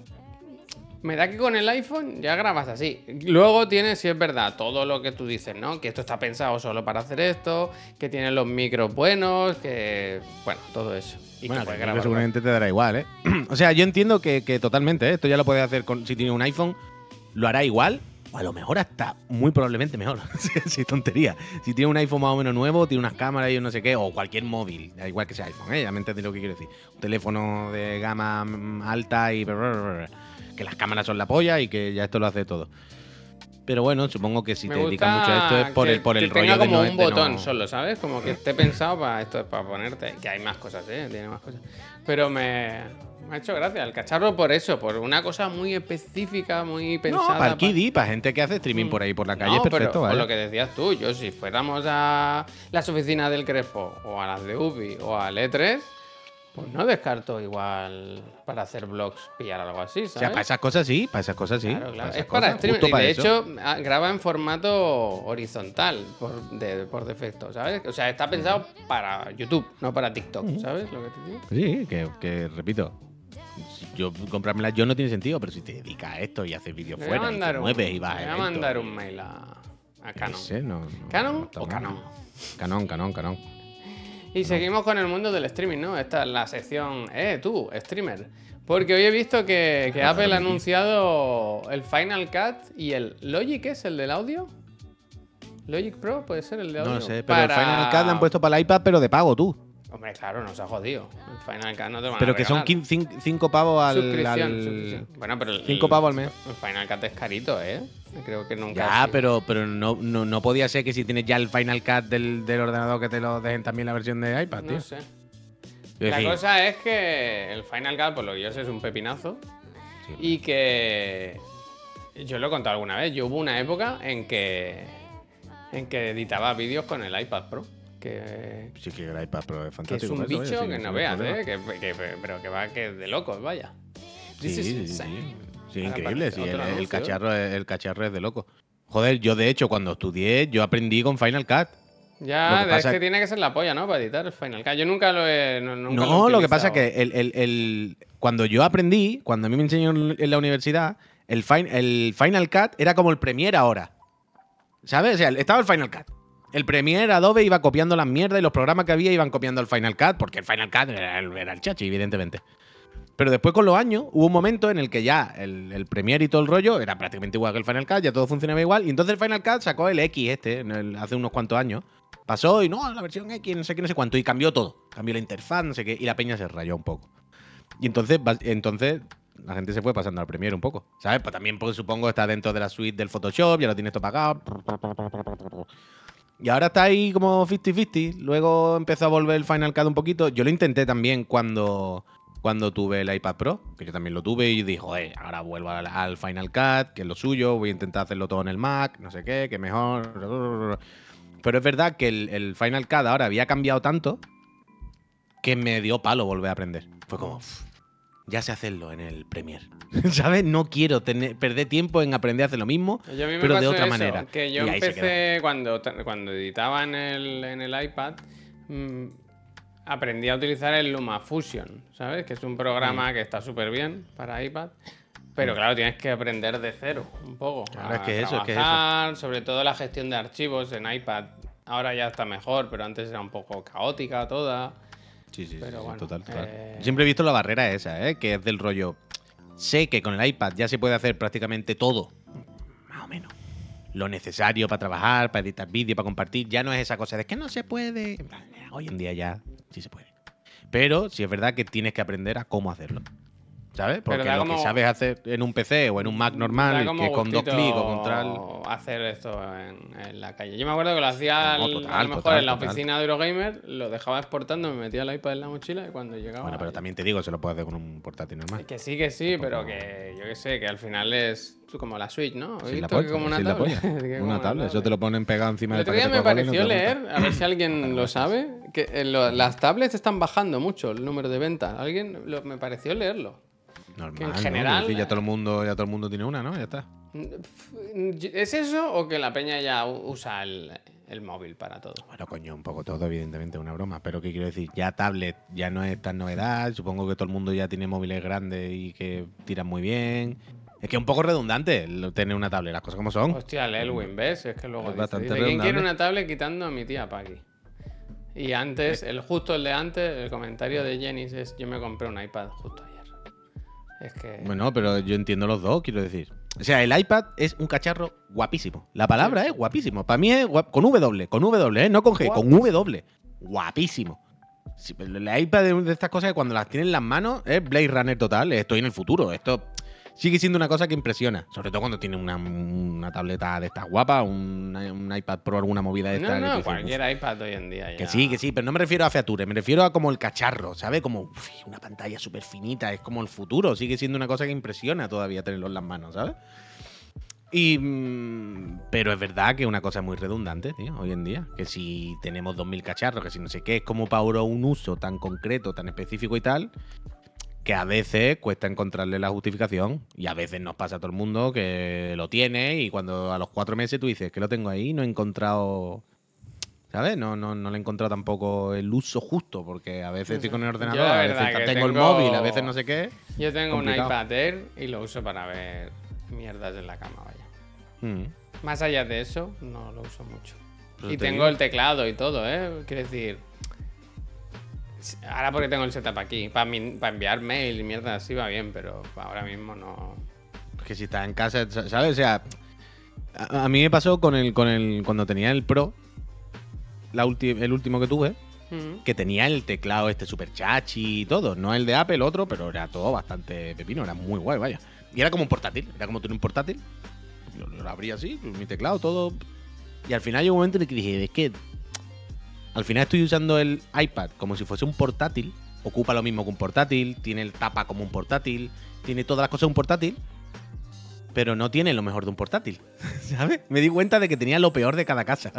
Me da que con el iPhone ya grabas así. Luego tienes, si es verdad, todo lo que tú dices, ¿no? Que esto está pensado solo para hacer esto, que tiene los micros buenos, que... Bueno, todo eso. Y Bueno, que puedes que grabar. seguramente te dará igual, ¿eh? O sea, yo entiendo que, que totalmente, ¿eh? Esto ya lo puedes hacer con, si tienes un iPhone, lo hará igual, o a lo mejor hasta muy probablemente mejor. Sin tontería. Si tienes un iPhone más o menos nuevo, tiene unas cámaras y no sé qué, o cualquier móvil, da igual que sea iPhone, ¿eh? Ya me entendéis lo que quiero decir. Un teléfono de gama mm, alta y... que las cámaras son la polla y que ya esto lo hace todo. Pero bueno, supongo que si Me te dedicas gusta mucho a esto es por que- el, por que el rollo tenga de como no, un de botón no- solo, ¿sabes? Como que esté pensado para esto, para ponerte. Que hay más cosas, ¿eh? Tiene más cosas. Pero me, me ha hecho gracia el cacharro por eso, por una cosa muy específica, muy No, pensada. para el pa- kiddie, para gente que hace streaming Mm. por ahí por la calle, No, es perfecto, pero ¿vale? por lo que decías tú, yo si fuéramos a las oficinas del Crespo, o a las de Ubi, o al E tres, pues no descarto igual para hacer vlogs pillar algo así, O sea, ¿sabes? para esas cosas sí, para esas cosas sí. Claro, claro. esas Es para cosas, streaming. justo Y para de eso. hecho, ah, graba en formato horizontal por, de- por defecto, ¿sabes? O sea, está pensado para YouTube, no para TikTok, ¿sabes lo que te digo? Sí, que, que repito. Si yo comprármela yo no tiene sentido, pero si te dedicas a esto y haces vídeos Le voy a fuera y te mandar un, mueves y vas le a voy a eventos mandar y- un mail a, a yo qué Canon. sé, no- no- ¿Canon no está o mal. Canon? Canon, Canon, Canon. Y seguimos con el mundo del streaming, ¿no? Esta es la sección, eh, tú, streamer. Porque hoy he visto que, que Claro, Apple ha claro, anunciado el Final Cut y el Logic, ¿es el del audio? Logic Pro puede ser el de audio. No lo sé, pero el Para- Final Cut lo han puesto para el iPad, pero de pago tú. Hombre, claro, nos ha jodido. El Final Cut no te van a Pero que son regalar. cinco pavos al. Suscripción, al- suscripción. Bueno, pero el, cinco pavos al mes. El Final Cut es carito, ¿eh? Creo que nunca. Ya, ha sido- pero, pero no, no, no podía ser que si tienes ya el Final Cut del, del ordenador que te lo dejen también la versión de iPad, tío. No sé. Quiero La decir, cosa es que el Final Cut, por lo que yo sé, es un pepinazo. sí. Y que. Yo lo he contado alguna vez. Yo hubo una época en que. En que editaba vídeos con el iPad Pro. Que. Sí, que el iPad Pro es Que fantástico. es un para eso, bicho vaya, que sin- no sin veas, problema. ¿eh? Que, que- pero que va que es de locos, vaya. Sí, This is sí, sí, insane. sí. Sí, Ahora increíble. parece Sí, otro el, el anuncio. cacharro, es- el cacharro es de loco. Joder, yo de hecho cuando estudié, yo aprendí con Final Cut. Ya, Lo que es pasa que es- tiene que ser la polla, ¿no? Para editar el Final Cut. Yo nunca lo he. No, nunca No, he lo que pasa es utilizado. que el, el- el- cuando yo aprendí, cuando a mí me enseñaron en la universidad, el, fin- el Final Cut era como el Premiere ahora. ¿Sabes? O sea, estaba el Final Cut. El Premiere, Adobe iba copiando las mierdas y los programas que había iban copiando el Final Cut, porque el Final Cut era el, era el chachi, evidentemente. Pero después con los años hubo un momento en el que ya el, el Premiere y todo el rollo era prácticamente igual que el Final Cut, ya todo funcionaba igual. Y entonces el Final Cut sacó el X este, en el- hace unos cuantos años. Pasó y no, la versión X, no sé qué, no sé cuánto, y cambió todo. Cambió la interfaz, no sé qué, y la peña se rayó un poco. Y entonces, bas- entonces la gente se fue pasando al Premiere un poco, ¿sabes? Pues también pues, supongo está dentro de la suite del Photoshop, ya lo tienes todo pagado. Y ahora está ahí como cincuenta cincuenta. Luego empezó a volver el Final Cut un poquito. Yo lo intenté también cuando, cuando tuve el iPad Pro, que yo también lo tuve y dije, joder, ahora vuelvo al, al Final Cut, que es lo suyo, voy a intentar hacerlo todo en el Mac, no sé qué, que mejor. Pero es verdad que el, el Final Cut ahora había cambiado tanto que me dio palo volver a aprender. Fue como, "Uf, ya sé hacerlo en el Premiere". ¿Sabes? No quiero tener, perder tiempo en aprender a hacer lo mismo, Yo a mí me pero de pasó otra eso, manera. Que yo Y ahí se quedó. empecé cuando, cuando editaba en el, en el iPad, mm, aprendí a utilizar el LumaFusion, ¿sabes? Que es un Mm. programa que está súper bien para iPad. Pero claro, tienes que aprender de cero un poco. Claro, a es que eso, es que trabajar, sobre todo la gestión de archivos en iPad. Ahora ya está mejor, pero antes era un poco caótica toda. Sí, sí, Pero sí, bueno, total, total. eh, Siempre he visto la barrera esa, ¿eh? Que es del rollo. Sé que con el iPad ya se puede hacer prácticamente todo, más o menos. Lo necesario para trabajar, para editar vídeo, para compartir. Ya no es esa cosa de que no se puede. En plan, hoy en día ya sí se puede. Pero sí es verdad que tienes que aprender a cómo hacerlo. ¿Sabes? Porque da lo como- que sabes hacer en un P C o en un Mac Da normal, como que con dos gustito clics o contra el. hacer esto en, en la calle. Yo me acuerdo que lo hacía No, al- total, a lo mejor total, en la total. oficina de Eurogamer, lo dejaba exportando, me metía el iPad en la mochila y cuando llegaba. Bueno, pero también te digo, se lo puedes hacer con un portátil normal. Que sí, que sí, pero Tampoco- que yo que sé, que al final es como la Switch, ¿no? ¿Has Sí, la visto polla, que como una sí, la tablet? polla. Que como Una tablet, eso te lo ponen pegado encima El del otro día paquete me Coca-Cola y no pareció te lo leer, montas. a ver si alguien lo sabe, que en lo- las tablets están bajando mucho el número de ventas. Alguien lo- me pareció leerlo. Normal, que en ¿no? general- Es decir, ya todo el mundo, ya todo el mundo tiene una, ¿no? Ya está. ¿Es eso o que la peña ya u- usa el, el móvil para todo? Bueno, coño, un poco todo, evidentemente, una broma. Pero ¿qué quiero decir? Ya tablet ya no es tan novedad. Supongo que todo el mundo ya tiene móviles grandes y que tiran muy bien. Es que es un poco redundante el tener una tablet, las cosas como son. Hostia, el Elwin, ¿ves? Es que luego Es dice, bastante dice, ¿quién quiere redundante. una tablet quitando a mi tía Paqui? Y antes, el justo el de antes, el comentario de Jenny es, yo me compré un iPad justo ayer. Es que... Bueno, pero yo entiendo los dos, quiero decir. O sea, el iPad es un cacharro guapísimo. La palabra es guapísimo. Para mí es guap- con W, con W, ¿eh? No con G, con W. Guapísimo. Sí, el iPad es de estas cosas que cuando las tienes en las manos es Blade Runner total. Estoy en el futuro. Esto, sigue siendo una cosa que impresiona. Sobre todo cuando tiene una, una tableta de estas guapas, un, un iPad Pro, alguna movida de No, estas. no, cualquier iPad hoy en día ya. Que sí, que sí, pero no me refiero a feature, me refiero a como el cacharro, ¿sabes? Como uf, una pantalla súper finita, es como el futuro. Sigue siendo una cosa que impresiona todavía tenerlo en las manos, ¿sabes? Y, mm, pero es verdad que es una cosa muy redundante, tío, hoy en día. Que si tenemos dos mil cacharros, que si no sé qué, es como para un uso tan concreto, tan específico y tal, que a veces cuesta encontrarle la justificación. Y a veces nos pasa a todo el mundo que lo tiene y cuando a los cuatro meses tú dices que lo tengo ahí, no he encontrado... ¿Sabes? No, no, no le he encontrado tampoco el uso justo, porque a veces estoy con el ordenador, Yo la a veces verdad que tengo el tengo- móvil, a veces no sé qué. Yo tengo Complicado. un iPad Air y lo uso para ver mierdas en la cama, vaya. Mm. Más allá de eso, no lo uso mucho. Pues y te tengo digo. el teclado y todo, ¿eh? Quiero decir... Ahora porque tengo el setup aquí. Para enviar mail y mierda así va bien, pero ahora mismo no... Que si estás en casa, ¿sabes? O sea, a, a mí me pasó con el, con el cuando tenía el Pro, la ulti- el último que tuve, Mm. que tenía el teclado este super chachi y todo. No el de Apple, otro, pero era todo bastante pepino, era muy guay, vaya. Y era como un portátil, era como tener un portátil. Lo, lo abría así, pues, mi teclado, todo. Y al final llegó un momento en el que dije, es que al final estoy usando el iPad como si fuese un portátil. Ocupa lo mismo que un portátil, tiene el tapa como un portátil, tiene todas las cosas de un portátil, pero no tiene lo mejor de un portátil, ¿sabes? Me di cuenta de que tenía lo peor de cada casa.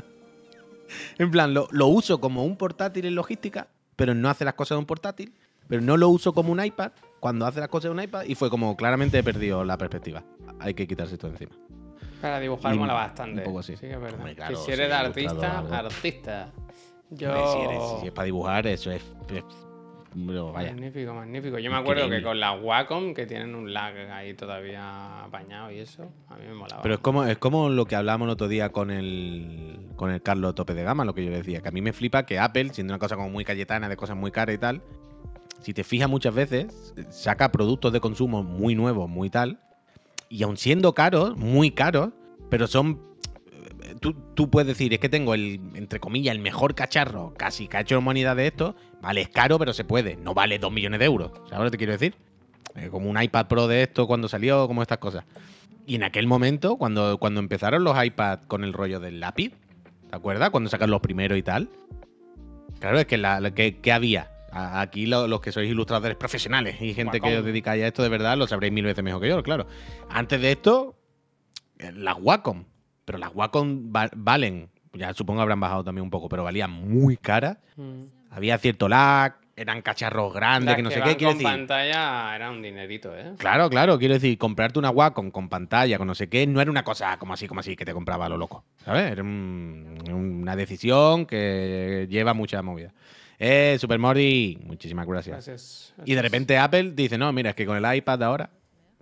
En plan, lo, lo uso como un portátil en logística, pero no hace las cosas de un portátil, pero no lo uso como un iPad cuando hace las cosas de un iPad y fue como claramente he perdido la perspectiva. Hay que quitarse esto de encima. Para dibujar Y mola un- bastante. un poco así. Sí que es verdad. Hombre, claro, que si si eres de eres artista, ilustrador o algo. artista. Yo... Hombre, Si, eres, si es para dibujar, eso es... es- pero vaya. Magnífico, magnífico. Yo me acuerdo Increíble. que con las Wacom, que tienen un lag ahí todavía apañado y eso, a mí me molaba. Pero es como, es como lo que hablábamos el otro día con el, con el Carlos tope de gama, lo que yo decía, que a mí me flipa que Apple, siendo una cosa como muy cayetana, de cosas muy caras y tal, si te fijas muchas veces, saca productos de consumo muy nuevos, muy tal, y aun siendo caros, muy caros, pero son... Tú, tú puedes decir, es que tengo el, entre comillas, el mejor cacharro casi que ha hecho la humanidad de esto, vale, es caro, pero se puede, no vale dos millones de euros, ¿sabes lo que te quiero decir? Eh, como un iPad Pro de esto cuando salió, como estas cosas. Y en aquel momento, cuando, cuando empezaron los iPads con el rollo del lápiz, ¿te acuerdas? Cuando sacaron los primeros y tal. Claro, es que, la, la- que, que había. A- Aquí lo- los que sois ilustradores profesionales y gente que Wacom. os dedicáis a esto de verdad lo sabréis mil veces mejor que yo, claro. Antes de esto, eh, las Wacom. Pero las Wacom va- valen, ya supongo habrán bajado también un poco, pero valían muy caras. Mm. Había cierto lag, eran cacharros grandes, Las que no que sé van qué. Quiero con decir, pantalla era un dinerito, ¿eh? claro, claro, quiero decir, comprarte una Wacom con pantalla, con no sé qué, no era una cosa como así, como así, que te compraba a lo loco, ¿sabes? Era un- una decisión que lleva mucha movida. Eh, Super Mori, muchísimas gracias. Gracias. Y de gracias. repente Apple dice, no, mira, es que con el iPad de ahora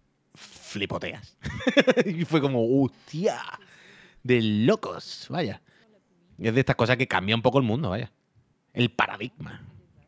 flipoteas. Y fue como, hostia, de locos, vaya. Es de estas cosas que cambia un poco el mundo, vaya. El paradigma.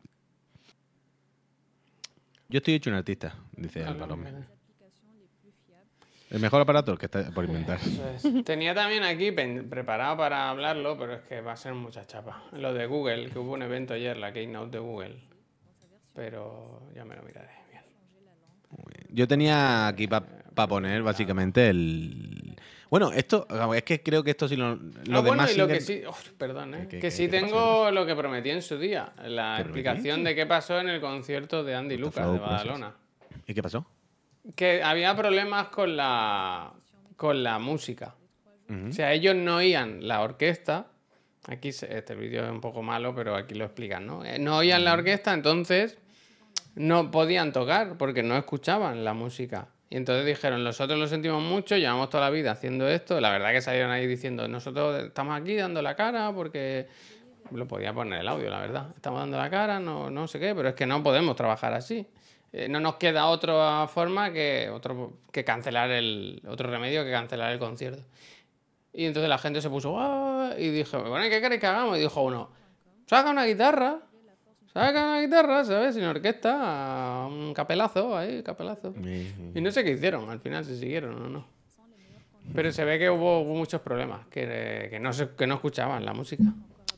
Yo estoy hecho un artista, dice el Claro, Palome. mira. El mejor aparato el que está por inventar. Eso es. Tenía también aquí pen- preparado para hablarlo, pero es que va a ser mucha chapa. Lo de Google, que hubo un evento ayer, la Keynote de Google. Pero ya me lo miraré bien. Yo tenía aquí para poner básicamente el... Bueno, esto, es que creo que esto sí lo, lo Ah, bueno, demás... y lo que sin- sí, uf, perdón, ¿eh? ¿Qué- qué- que qué- sí qué te pasa? tengo lo que prometí en su día, la ¿Qué explicación prometiste? de qué pasó en el concierto de Andy What the Lucas flow de process. Badalona. ¿Y qué pasó? Que había problemas con la, con la música. Ujú. O sea, ellos no oían la orquesta. Aquí se- este vídeo es un poco malo, pero aquí lo explican, ¿no? Eh, No oían la orquesta, entonces no podían tocar porque no escuchaban la música. Y entonces dijeron, nosotros lo sentimos mucho, llevamos toda la vida haciendo esto. La verdad que salieron ahí diciendo, nosotros estamos aquí dando la cara porque... Lo podía poner el audio, la verdad. Estamos dando la cara, no, no sé qué, pero es que no podemos trabajar así. Eh, no nos queda otra forma que, otro, que cancelar el... Otro remedio que cancelar el concierto. Y entonces la gente se puso, "Ah", y dijo, bueno, ¿qué queréis que hagamos? Y dijo uno, saca una guitarra, saca una guitarra, ¿sabes? Sin orquesta, un capelazo ahí, capelazo. Y no sé qué hicieron, al final si siguieron o no. Pero se ve que hubo, hubo muchos problemas, que, que, no se, que no escuchaban la música.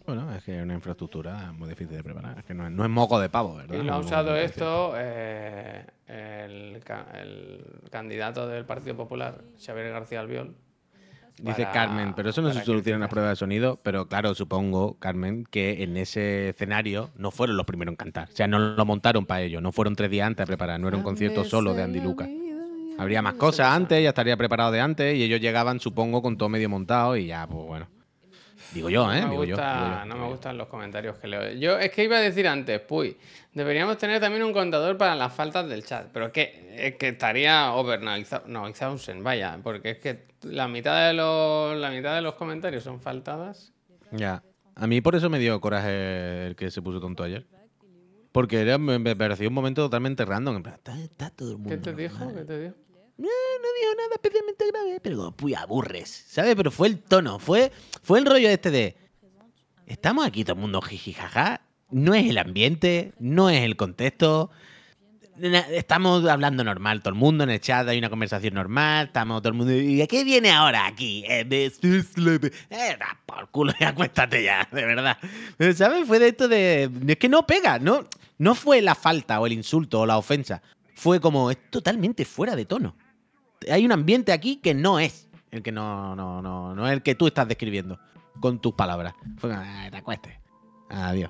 Bueno, es que es una infraestructura muy difícil de preparar. Es que no es, no es moco de pavo, ¿verdad? Y lo No ha es usado moco de esto eh, el, ca- el candidato del Partido Popular, Xavier García Albiol. Dice para- Carmen, pero eso no se para soluciona en las criticar. pruebas de sonido, pero claro, supongo, Carmen, que en ese escenario no fueron los primeros en cantar. O sea, no lo montaron para ello, no fueron tres días antes a preparar, no era un concierto solo de Andy Lucas. Habría más cosas antes, ya estaría preparado de antes, y ellos llegaban, supongo, con todo medio montado y ya, pues bueno. Digo yo, No ¿eh? me Digo yo, digo yo. gusta, no digo me yo. gustan los comentarios que leo. Yo es que iba a decir antes, puy, deberíamos tener también un contador para las faltas del chat, pero es que, es que estaría over no, exhausen, vaya, porque es que la mitad de los, la mitad de los comentarios son faltadas. Ya. A mí por eso me dio coraje el que se puso tonto ayer. Porque era, me, me pareció un momento totalmente random. En plan, está, está todo el mundo. ¿Qué te normal. dijo? ¿Qué te dijo? No, no dijo nada especialmente grave, pero como, puy, aburres, ¿sabes? Pero fue el tono, fue, fue el rollo este de... Estamos aquí todo el mundo jijijaja, no es el ambiente, no es el contexto, na- estamos hablando normal, todo el mundo en el chat, hay una conversación normal, estamos todo el mundo... ¿Y a qué viene ahora aquí? Eh, de- eh, da por culo, ya acuéstate ya, de verdad. ¿Sabes? Fue de esto de... Es que no pega, no, no fue la falta o el insulto o la ofensa, fue como, es totalmente fuera de tono. Hay un ambiente aquí que no es el que no, no, no, no es el que tú estás describiendo con tus palabras. Fue como, "Ay, te acuestes. Adiós."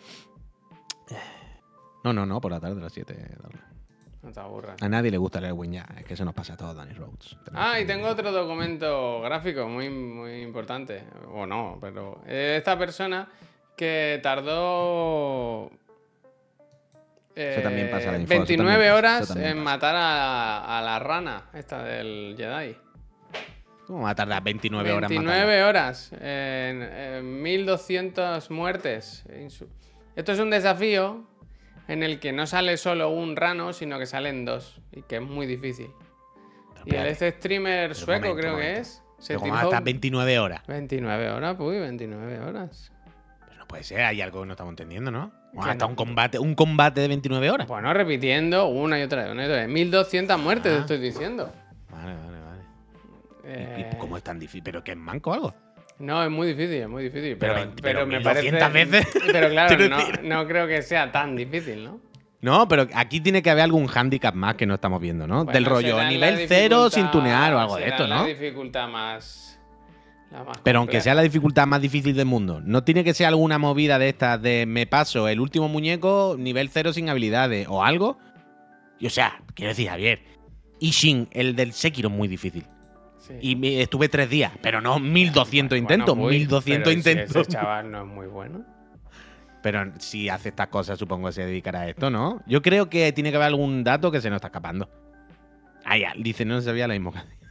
No, no, no, por la tarde a las siete. No te aburras. A nadie le gusta el Erwin ya, es que eso nos pasa a todos, Danny Rhodes. Tenemos Ah, que- y tengo otro documento gráfico muy, muy importante. O no, pero esta persona que tardó Eso también pasa en la eh, info, eso también veintinueve pasa, horas eso también en pasa. matar a, a la rana, esta del Jedi. ¿Cómo va a tardar veintinueve horas en matarla? veintinueve horas en, en mil doscientas muertes. Insu- Esto es un desafío en el que no sale solo un rano, sino que salen dos. Y que es muy difícil. Y el espérate. este streamer Pero sueco, momento, creo que momento. es, se Pero ¿cómo tiró va a estar veintinueve horas? veintinueve horas, uy, veintinueve horas. Pero no puede ser, hay algo que no estamos entendiendo, ¿no? Que Hasta no. un combate, un combate de veintinueve horas. Bueno, repitiendo una y otra vez, una y otra vez. mil doscientas muertes, Ah. te estoy diciendo. Vale, vale, vale. ¿Y- Eh, ¿Y cómo es tan difícil? ¿Pero que es manco o algo? No, es muy difícil, es muy difícil. Pero Pero, veinte- pero, pero me mil parece. doscientas veces. Pero claro, Quiero no, decir. no creo que sea tan difícil, ¿no? No, pero aquí tiene que haber algún hándicap más que no estamos viendo, ¿no? Bueno, Del rollo, será a la nivel cero, dificultad- sin tunear o algo de será esto, la ¿no? dificultad más. La más Pero aunque compleja. sea la dificultad más difícil del mundo, no tiene que ser alguna movida de estas de me paso el último muñeco, nivel cero sin habilidades o algo. Y, o sea, quiero decir, Javier, Ishin, el del Sekiro, es muy difícil. Sí. Y me- estuve tres días, pero no mil doscientos Bueno, intentos, uy, mil doscientos pero si intentos. ese chaval no es muy bueno. Pero si hace estas cosas, supongo que se dedicará a esto, ¿no? Yo creo que tiene que haber algún dato que se nos está escapando. Hay, al- dice, no sabía la misma.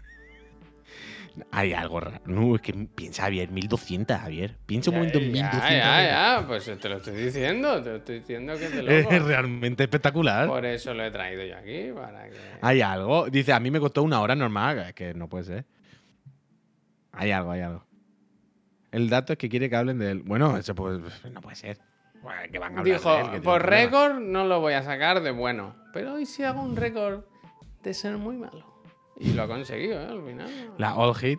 Hay algo raro. No, es que piensa, Javier, mil doscientos, Javier. Piensa un momento en mil ya, doscientos. ya, ya, pues te lo estoy diciendo, te lo estoy diciendo que te Es loco. realmente espectacular. Por eso lo he traído yo aquí, para que. Hay algo. Dice, a mí me costó una hora normal. Es que no puede ser. Hay algo, hay algo. El dato es que quiere que hablen de él. Bueno, eso pues, no puede ser. Bueno, que van a hablar de él, que Dijo, tiene por un problema. récord no lo voy a sacar de bueno, pero hoy sí hago un récord de ser muy malo. Y lo ha conseguido, ¿eh? Al final. La all hit.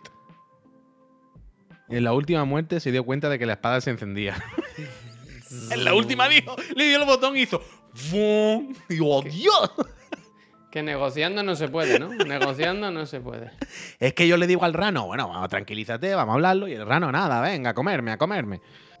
En la última muerte se dio cuenta de que la espada se encendía. En la última dijo, le dio el botón y hizo. ¡Fum! Y digo, ¡oh, Dios! Que negociando no se puede, ¿no? Negociando no se puede. Es que yo le digo al rano, bueno, vamos, tranquilízate, vamos a hablarlo. Y el rano, nada, venga, a comerme, a comerme.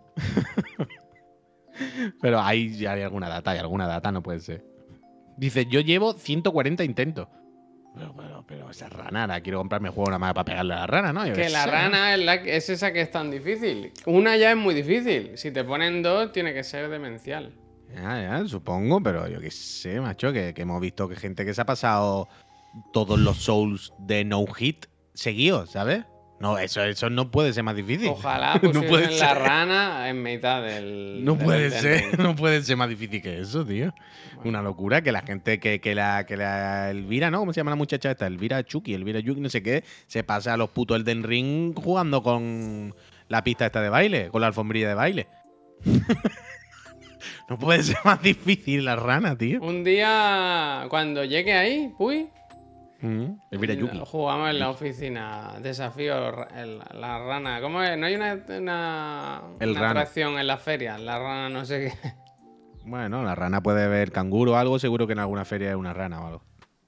Pero hay, hay alguna data, hay alguna data, no puede ser. Dice, yo llevo ciento cuarenta intentos. Pero, pero, pero esa rana, ahora quiero comprarme el juego nada más para pegarle a la rana, ¿no? Yo Que qué la sé, ¿no? rana es, la, es esa que es tan difícil. Una ya es muy difícil. Si te ponen dos, tiene que ser demencial. Ya, ya, supongo, pero yo qué sé, macho, que, que hemos visto que gente que se ha pasado todos los Souls de no hit seguidos, ¿sabes? No, eso, eso no puede ser más difícil. Ojalá No pusiesen puede la ser. rana en mitad del. No del puede Elden ser, Ring. no puede ser más difícil que eso, tío. Una locura que la gente, que, que la, que la Elvira, ¿no? ¿Cómo se llama la muchacha esta? Elvira Chucky, Elvira Yuki, no sé qué, se pasa a los putos Elden Ring jugando con la pista esta de baile, con la alfombrilla de baile. No puede ser más difícil la rana, tío. Un día, cuando llegue ahí, uy, Mm, el Virayuki. Jugamos en la oficina. Desafío ra- el- la rana. ¿Cómo es? ¿No hay una, una, El una rana. atracción en la feria? La rana no sé qué. Bueno, la rana puede ver canguro o algo, seguro que en alguna feria es una rana o algo.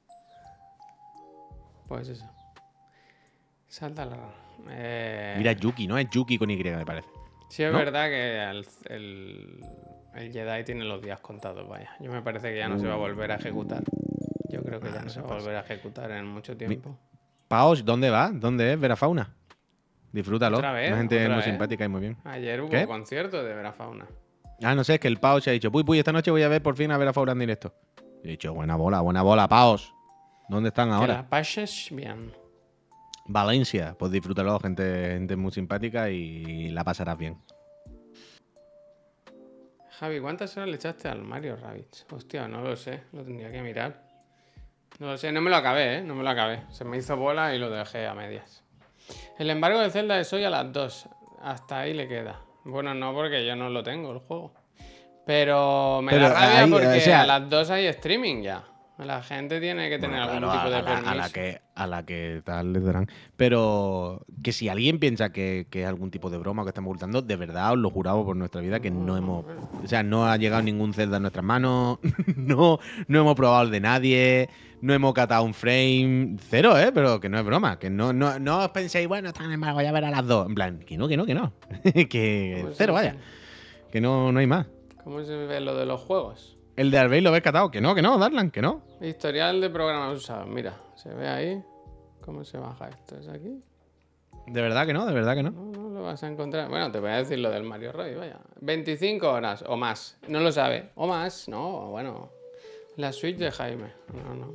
Pues eso. Salta la rana. Eh, Mira, Yuki, ¿no? Es Yuki con Y, me parece. sí, es ¿no? verdad que el, el, el Jedi tiene los días contados, vaya. Yo me parece que ya no se va a volver a ejecutar. Yo creo que ya no se va a volver a ejecutar en mucho tiempo. Paos, ¿dónde va? ¿Dónde es? Verafauna. Disfrútalo. Otra vez, Una gente otra muy vez. simpática y muy bien. Ayer hubo ¿Qué? concierto de Verafauna. Ah, no sé, es que el Paos se ha dicho, puy, puy, esta noche voy a ver por fin a Verafauna en directo. Y he dicho, buena bola, buena bola, Paos. ¿Dónde están Que ahora? la pases bien. Valencia, pues disfrútalo, gente, gente muy simpática y la pasarás bien. Javi, ¿cuántas horas le echaste al Mario Rabbids? Hostia, no lo sé, lo tendría que mirar. No lo sé, no me lo acabé, ¿eh? No me lo acabé. Se me hizo bola y lo dejé a medias. El embargo de Zelda es hoy a las dos. Hasta ahí le queda. Bueno, no, porque yo no lo tengo el juego. Pero me Pero da rabia ahí, porque o sea- a las dos hay streaming ya. La gente tiene que tener Bueno, algún claro, tipo de a, la, permiso. a la que a la que tal les darán. Pero que si alguien piensa que, que es algún tipo de broma o que estamos ocultando, de verdad os lo juramos por nuestra vida que no hemos. O sea, no ha llegado ningún Zelda en nuestras manos. no, no hemos probado el de nadie. No hemos catado un frame. Cero, ¿eh? Pero que no es broma. Que no, no, no os penséis, bueno, están en embargo, ya ver a las dos. En plan, que no, que no, que no. que ¿Cómo se cero, dice? vaya. Que no, no hay más. ¿Cómo se ve lo de los juegos? El de Arbey lo ves catado. Que no, que no, Darlan, que no. Historial de programas usados. Mira, se ve ahí. ¿Cómo se baja esto? ¿Es aquí? De verdad que no, de verdad que no. No, no lo vas a encontrar. Bueno, te voy a decir lo del Mario Rabbids, vaya. veinticinco horas o más. No lo sabe. O más, no, bueno. La Switch de Jaime. No, no.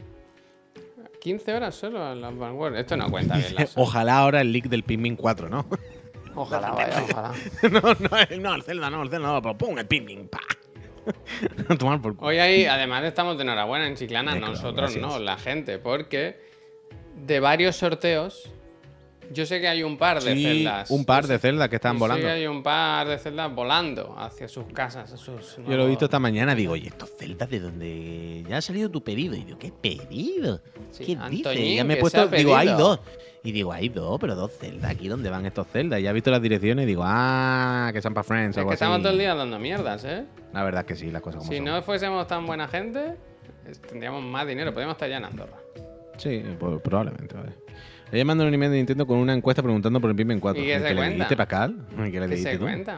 quince horas solo en la Vanguard. Esto no cuenta bien. La Switch. Ojalá ahora el leak del Pikmin cuatro, ¿no? Ojalá, vaya, ojalá. no, no, el- no, el Zelda, no, el Zelda, no, pero pum, el Pikmin, pa. A tomar por culo. Hoy ahí, además estamos de enhorabuena en Chiclana, Eh, claro, nosotros gracias. no, la gente, porque de varios sorteos, yo sé que hay un par de Sí, celdas. un par Yo de sé- celdas que están yo sé volando. que hay un par de celdas volando hacia sus casas. A sus Yo lo he visto esta mañana, digo, oye, estos celdas de donde ya ha salido tu pedido. Y digo, ¿qué pedido? Sí, ¿Qué Antoñín, dices? Ya me he que puesto, se ha digo, hay pedido. dos. Y digo, hay dos, pero dos celdas. ¿Aquí dónde van estos celdas? Y ya he visto las direcciones y digo, ah, que son para Friends o Es algo que así. estamos todo el día dando mierdas, ¿eh? La verdad es que sí, las cosas como Si son. no fuésemos tan buena gente, es- tendríamos más dinero, podríamos estar ya en Andorra. Sí, pues, probablemente, vale. Ayer mandó un email de Nintendo con una encuesta preguntando por el Pikmin cuatro. ¿Y qué se le cuenta? dijiste, Pascal? ¿Qué le ¿Qué dijiste se tú? cuenta?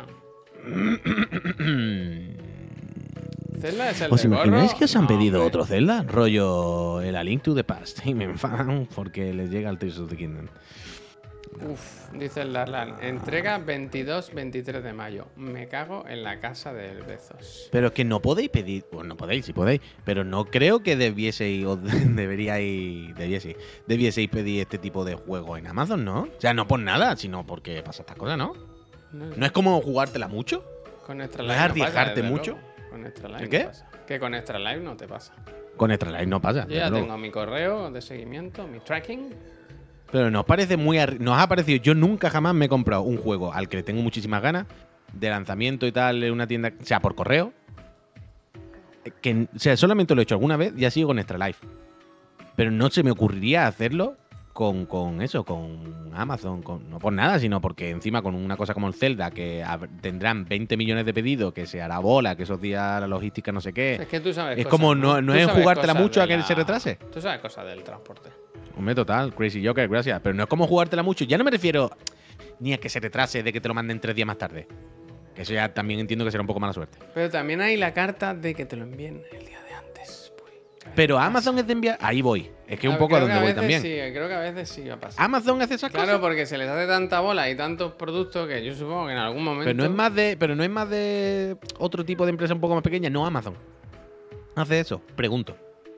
Zelda es el ¿Os del imagináis gorro? que os han No, pedido hombre. otro Zelda? Rollo el A Link to the Past. Y me enfadan porque les llega el Tears of the Kingdom. Uf, dice el Darlan. Entrega veintidós veintitrés de mayo. Me cago en la casa del Bezos. Pero es que no podéis pedir. Bueno, no podéis, si podéis. Pero no creo que debieseis o deberíais. Debieseis. Debieseis pedir este tipo de juegos en Amazon, ¿no? O sea, no por nada, sino porque pasa estas cosas, ¿no? No, ¿No es como jugártela mucho? con Extra ¿no es Life no pasa, arriesgarte desde mucho? luego. Con Extra Live ¿El qué? no pasa. Que con Extra Live no te pasa. Con Extra Life no pasa. Yo desde ya luego. tengo mi correo de seguimiento, mi tracking. Pero nos parece muy arri- nos ha parecido, yo nunca jamás me he comprado un juego al que le tengo muchísimas ganas de lanzamiento y tal en una tienda, o sea, por correo. Que, o sea, solamente lo he hecho alguna vez y ha sido con Extra Life. Pero no se me ocurriría hacerlo con, con eso, con Amazon, con, no por nada, sino porque encima con una cosa como el Zelda, que hab- tendrán veinte millones de pedidos, que se hará bola, que esos días la logística no sé qué. Es que tú sabes Es cosas, como no- no Tú es sabes jugártela cosas mucho a de que la- se retrase. Tú sabes cosas del transporte. Hombre, total, Crazy Joker, gracias. Pero no es como jugártela mucho. Ya no me refiero ni a que se retrase de que te lo manden tres días más tarde. Que eso ya también entiendo que será un poco mala suerte. Pero también hay la carta de que te lo envíen el día de antes. Uy, Pero Amazon es de enviar. Ahí voy. Es que A un ver, poco a creo donde que voy veces también. Sí, creo que a veces sí va a pasar. Amazon hace esas Claro, cosas. porque se les hace tanta bola y tantos productos que yo supongo que en algún momento. Pero no es más de. Pero no es más de otro tipo de empresa un poco más pequeña. No Amazon. Hace eso. Pregunto.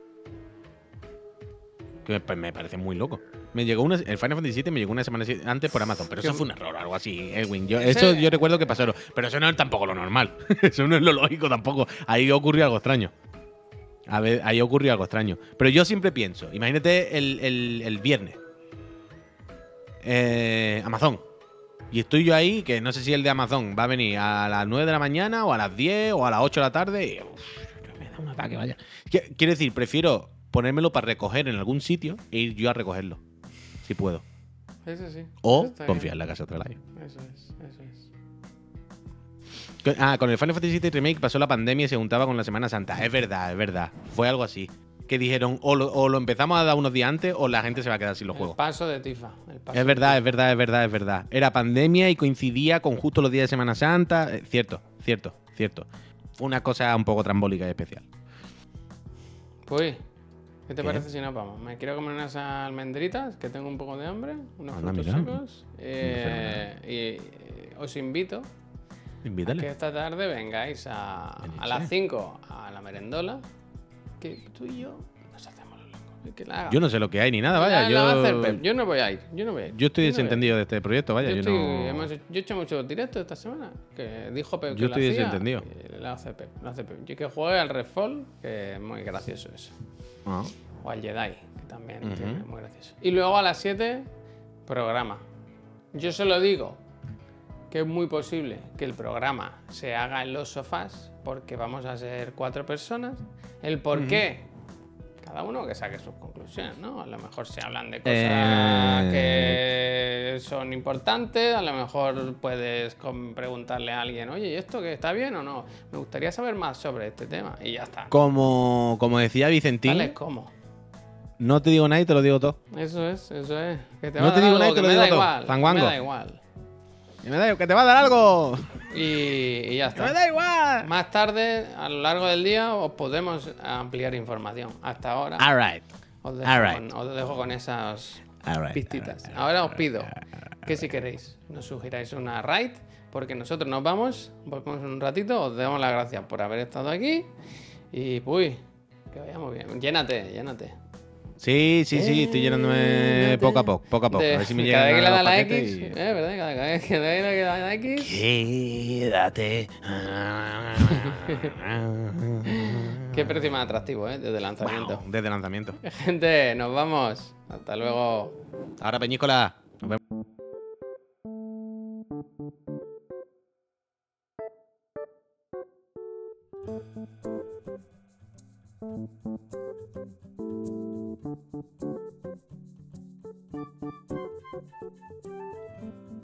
Que me, pues me parece muy loco. Me llegó una, el Final Fantasy siete me llegó una semana si- antes por Amazon, pero eso Que- fue un error, algo así, Edwin. Yo, Ese- eso yo recuerdo que pasaron, pero eso no es tampoco lo normal. Eso no es lo lógico tampoco. Ahí ocurrió algo extraño. A ver, ahí ocurrió algo extraño. Pero yo siempre pienso, imagínate el, el- el viernes. Eh, Amazon. Y estoy yo ahí, que no sé si el de Amazon va a venir a las nueve de la mañana o a las diez o a las ocho de la tarde. Y, uf, me da un ataque, vaya. Qu- Quiero decir, prefiero ponérmelo para recoger en algún sitio e ir yo a recogerlo. Si puedo. Eso sí. O eso está confiar bien. en la casa Astralife. Eso es, eso es. Ah, con el Final Fantasy siete Remake pasó la pandemia y se juntaba con la Semana Santa. Es verdad, es verdad. Fue algo así. Que dijeron, o lo, o lo empezamos a dar unos días antes o la gente se va a quedar sin los El juegos. paso de Tifa. El paso Es de verdad, Tifa. es verdad, es verdad, es verdad. Era pandemia y coincidía con justo los días de Semana Santa. Eh, cierto, cierto, cierto. Fue una cosa un poco trambólica y especial. Pues, ¿qué te ¿Qué? parece si nos vamos? Me quiero comer unas almendritas, que tengo un poco de hambre, unos Anda, frutos mira. secos. eh, y eh, os invito a que Invítale. esta tarde vengáis a, a las cinco a la merendola, que tú y yo nos hacemos los locos. y Que la haga. Yo no sé lo que hay ni nada, La- vaya. la va a hacer Yo, Pep. Yo no voy a ir. Yo no voy a ir. yo estoy Yo no voy a ir. desentendido de este proyecto, vaya. Yo, Yo, estoy- no. hemos hecho- yo he hecho muchos directos esta semana. Que dijo Pep que Yo lo estoy hacía, desentendido. y Lo hace Pep. Lo hace Pep. Yo que juegue al Redfall, que es muy gracioso eso. Ah. O al Jedi, que también Ujú. tiene- es muy gracioso. Y luego a las siete, programa. Yo solo digo que es muy posible que el programa se haga en los sofás, porque vamos a ser cuatro personas. El por Ujú. qué, cada uno que saque sus conclusiones, ¿no? A lo mejor se hablan de cosas Eh. que son importantes, a lo mejor puedes com- preguntarle a alguien, oye, ¿y esto que está bien o no? Me gustaría saber más sobre este tema. Y ya está. Como, como decía Vicentín, Tales como. no te digo nada y te lo digo todo. Eso es, eso es. Que te No va a te dar digo nada y algo, te que lo me digo da todo. igual. que Zanguango. Me da igual. Que me da, que te va a dar algo. Y, y ya Que me está. da igual. Más tarde, a lo largo del día, os podemos ampliar información. Hasta ahora All right. os dejo, all right. con, os dejo con esas All right. pistitas. Ahora os pido que si queréis nos sugiráis una raid, porque nosotros nos vamos, volvemos en un ratito, os damos las gracias por haber estado aquí y uy, que vayamos bien. Llénate, llénate. Sí, sí, sí, estoy llenándome poco a poco, poco a poco. De- A ver si me cada llegan vez que le los da la paquetes X, y- eh, ¿verdad? Cada, cada vez que le da la X. Quédate. Qué precio más atractivo, ¿eh? Desde el lanzamiento. Wow, desde lanzamiento. Gente, nos vamos. Hasta luego. Ahora, Peñícola. Nos vemos.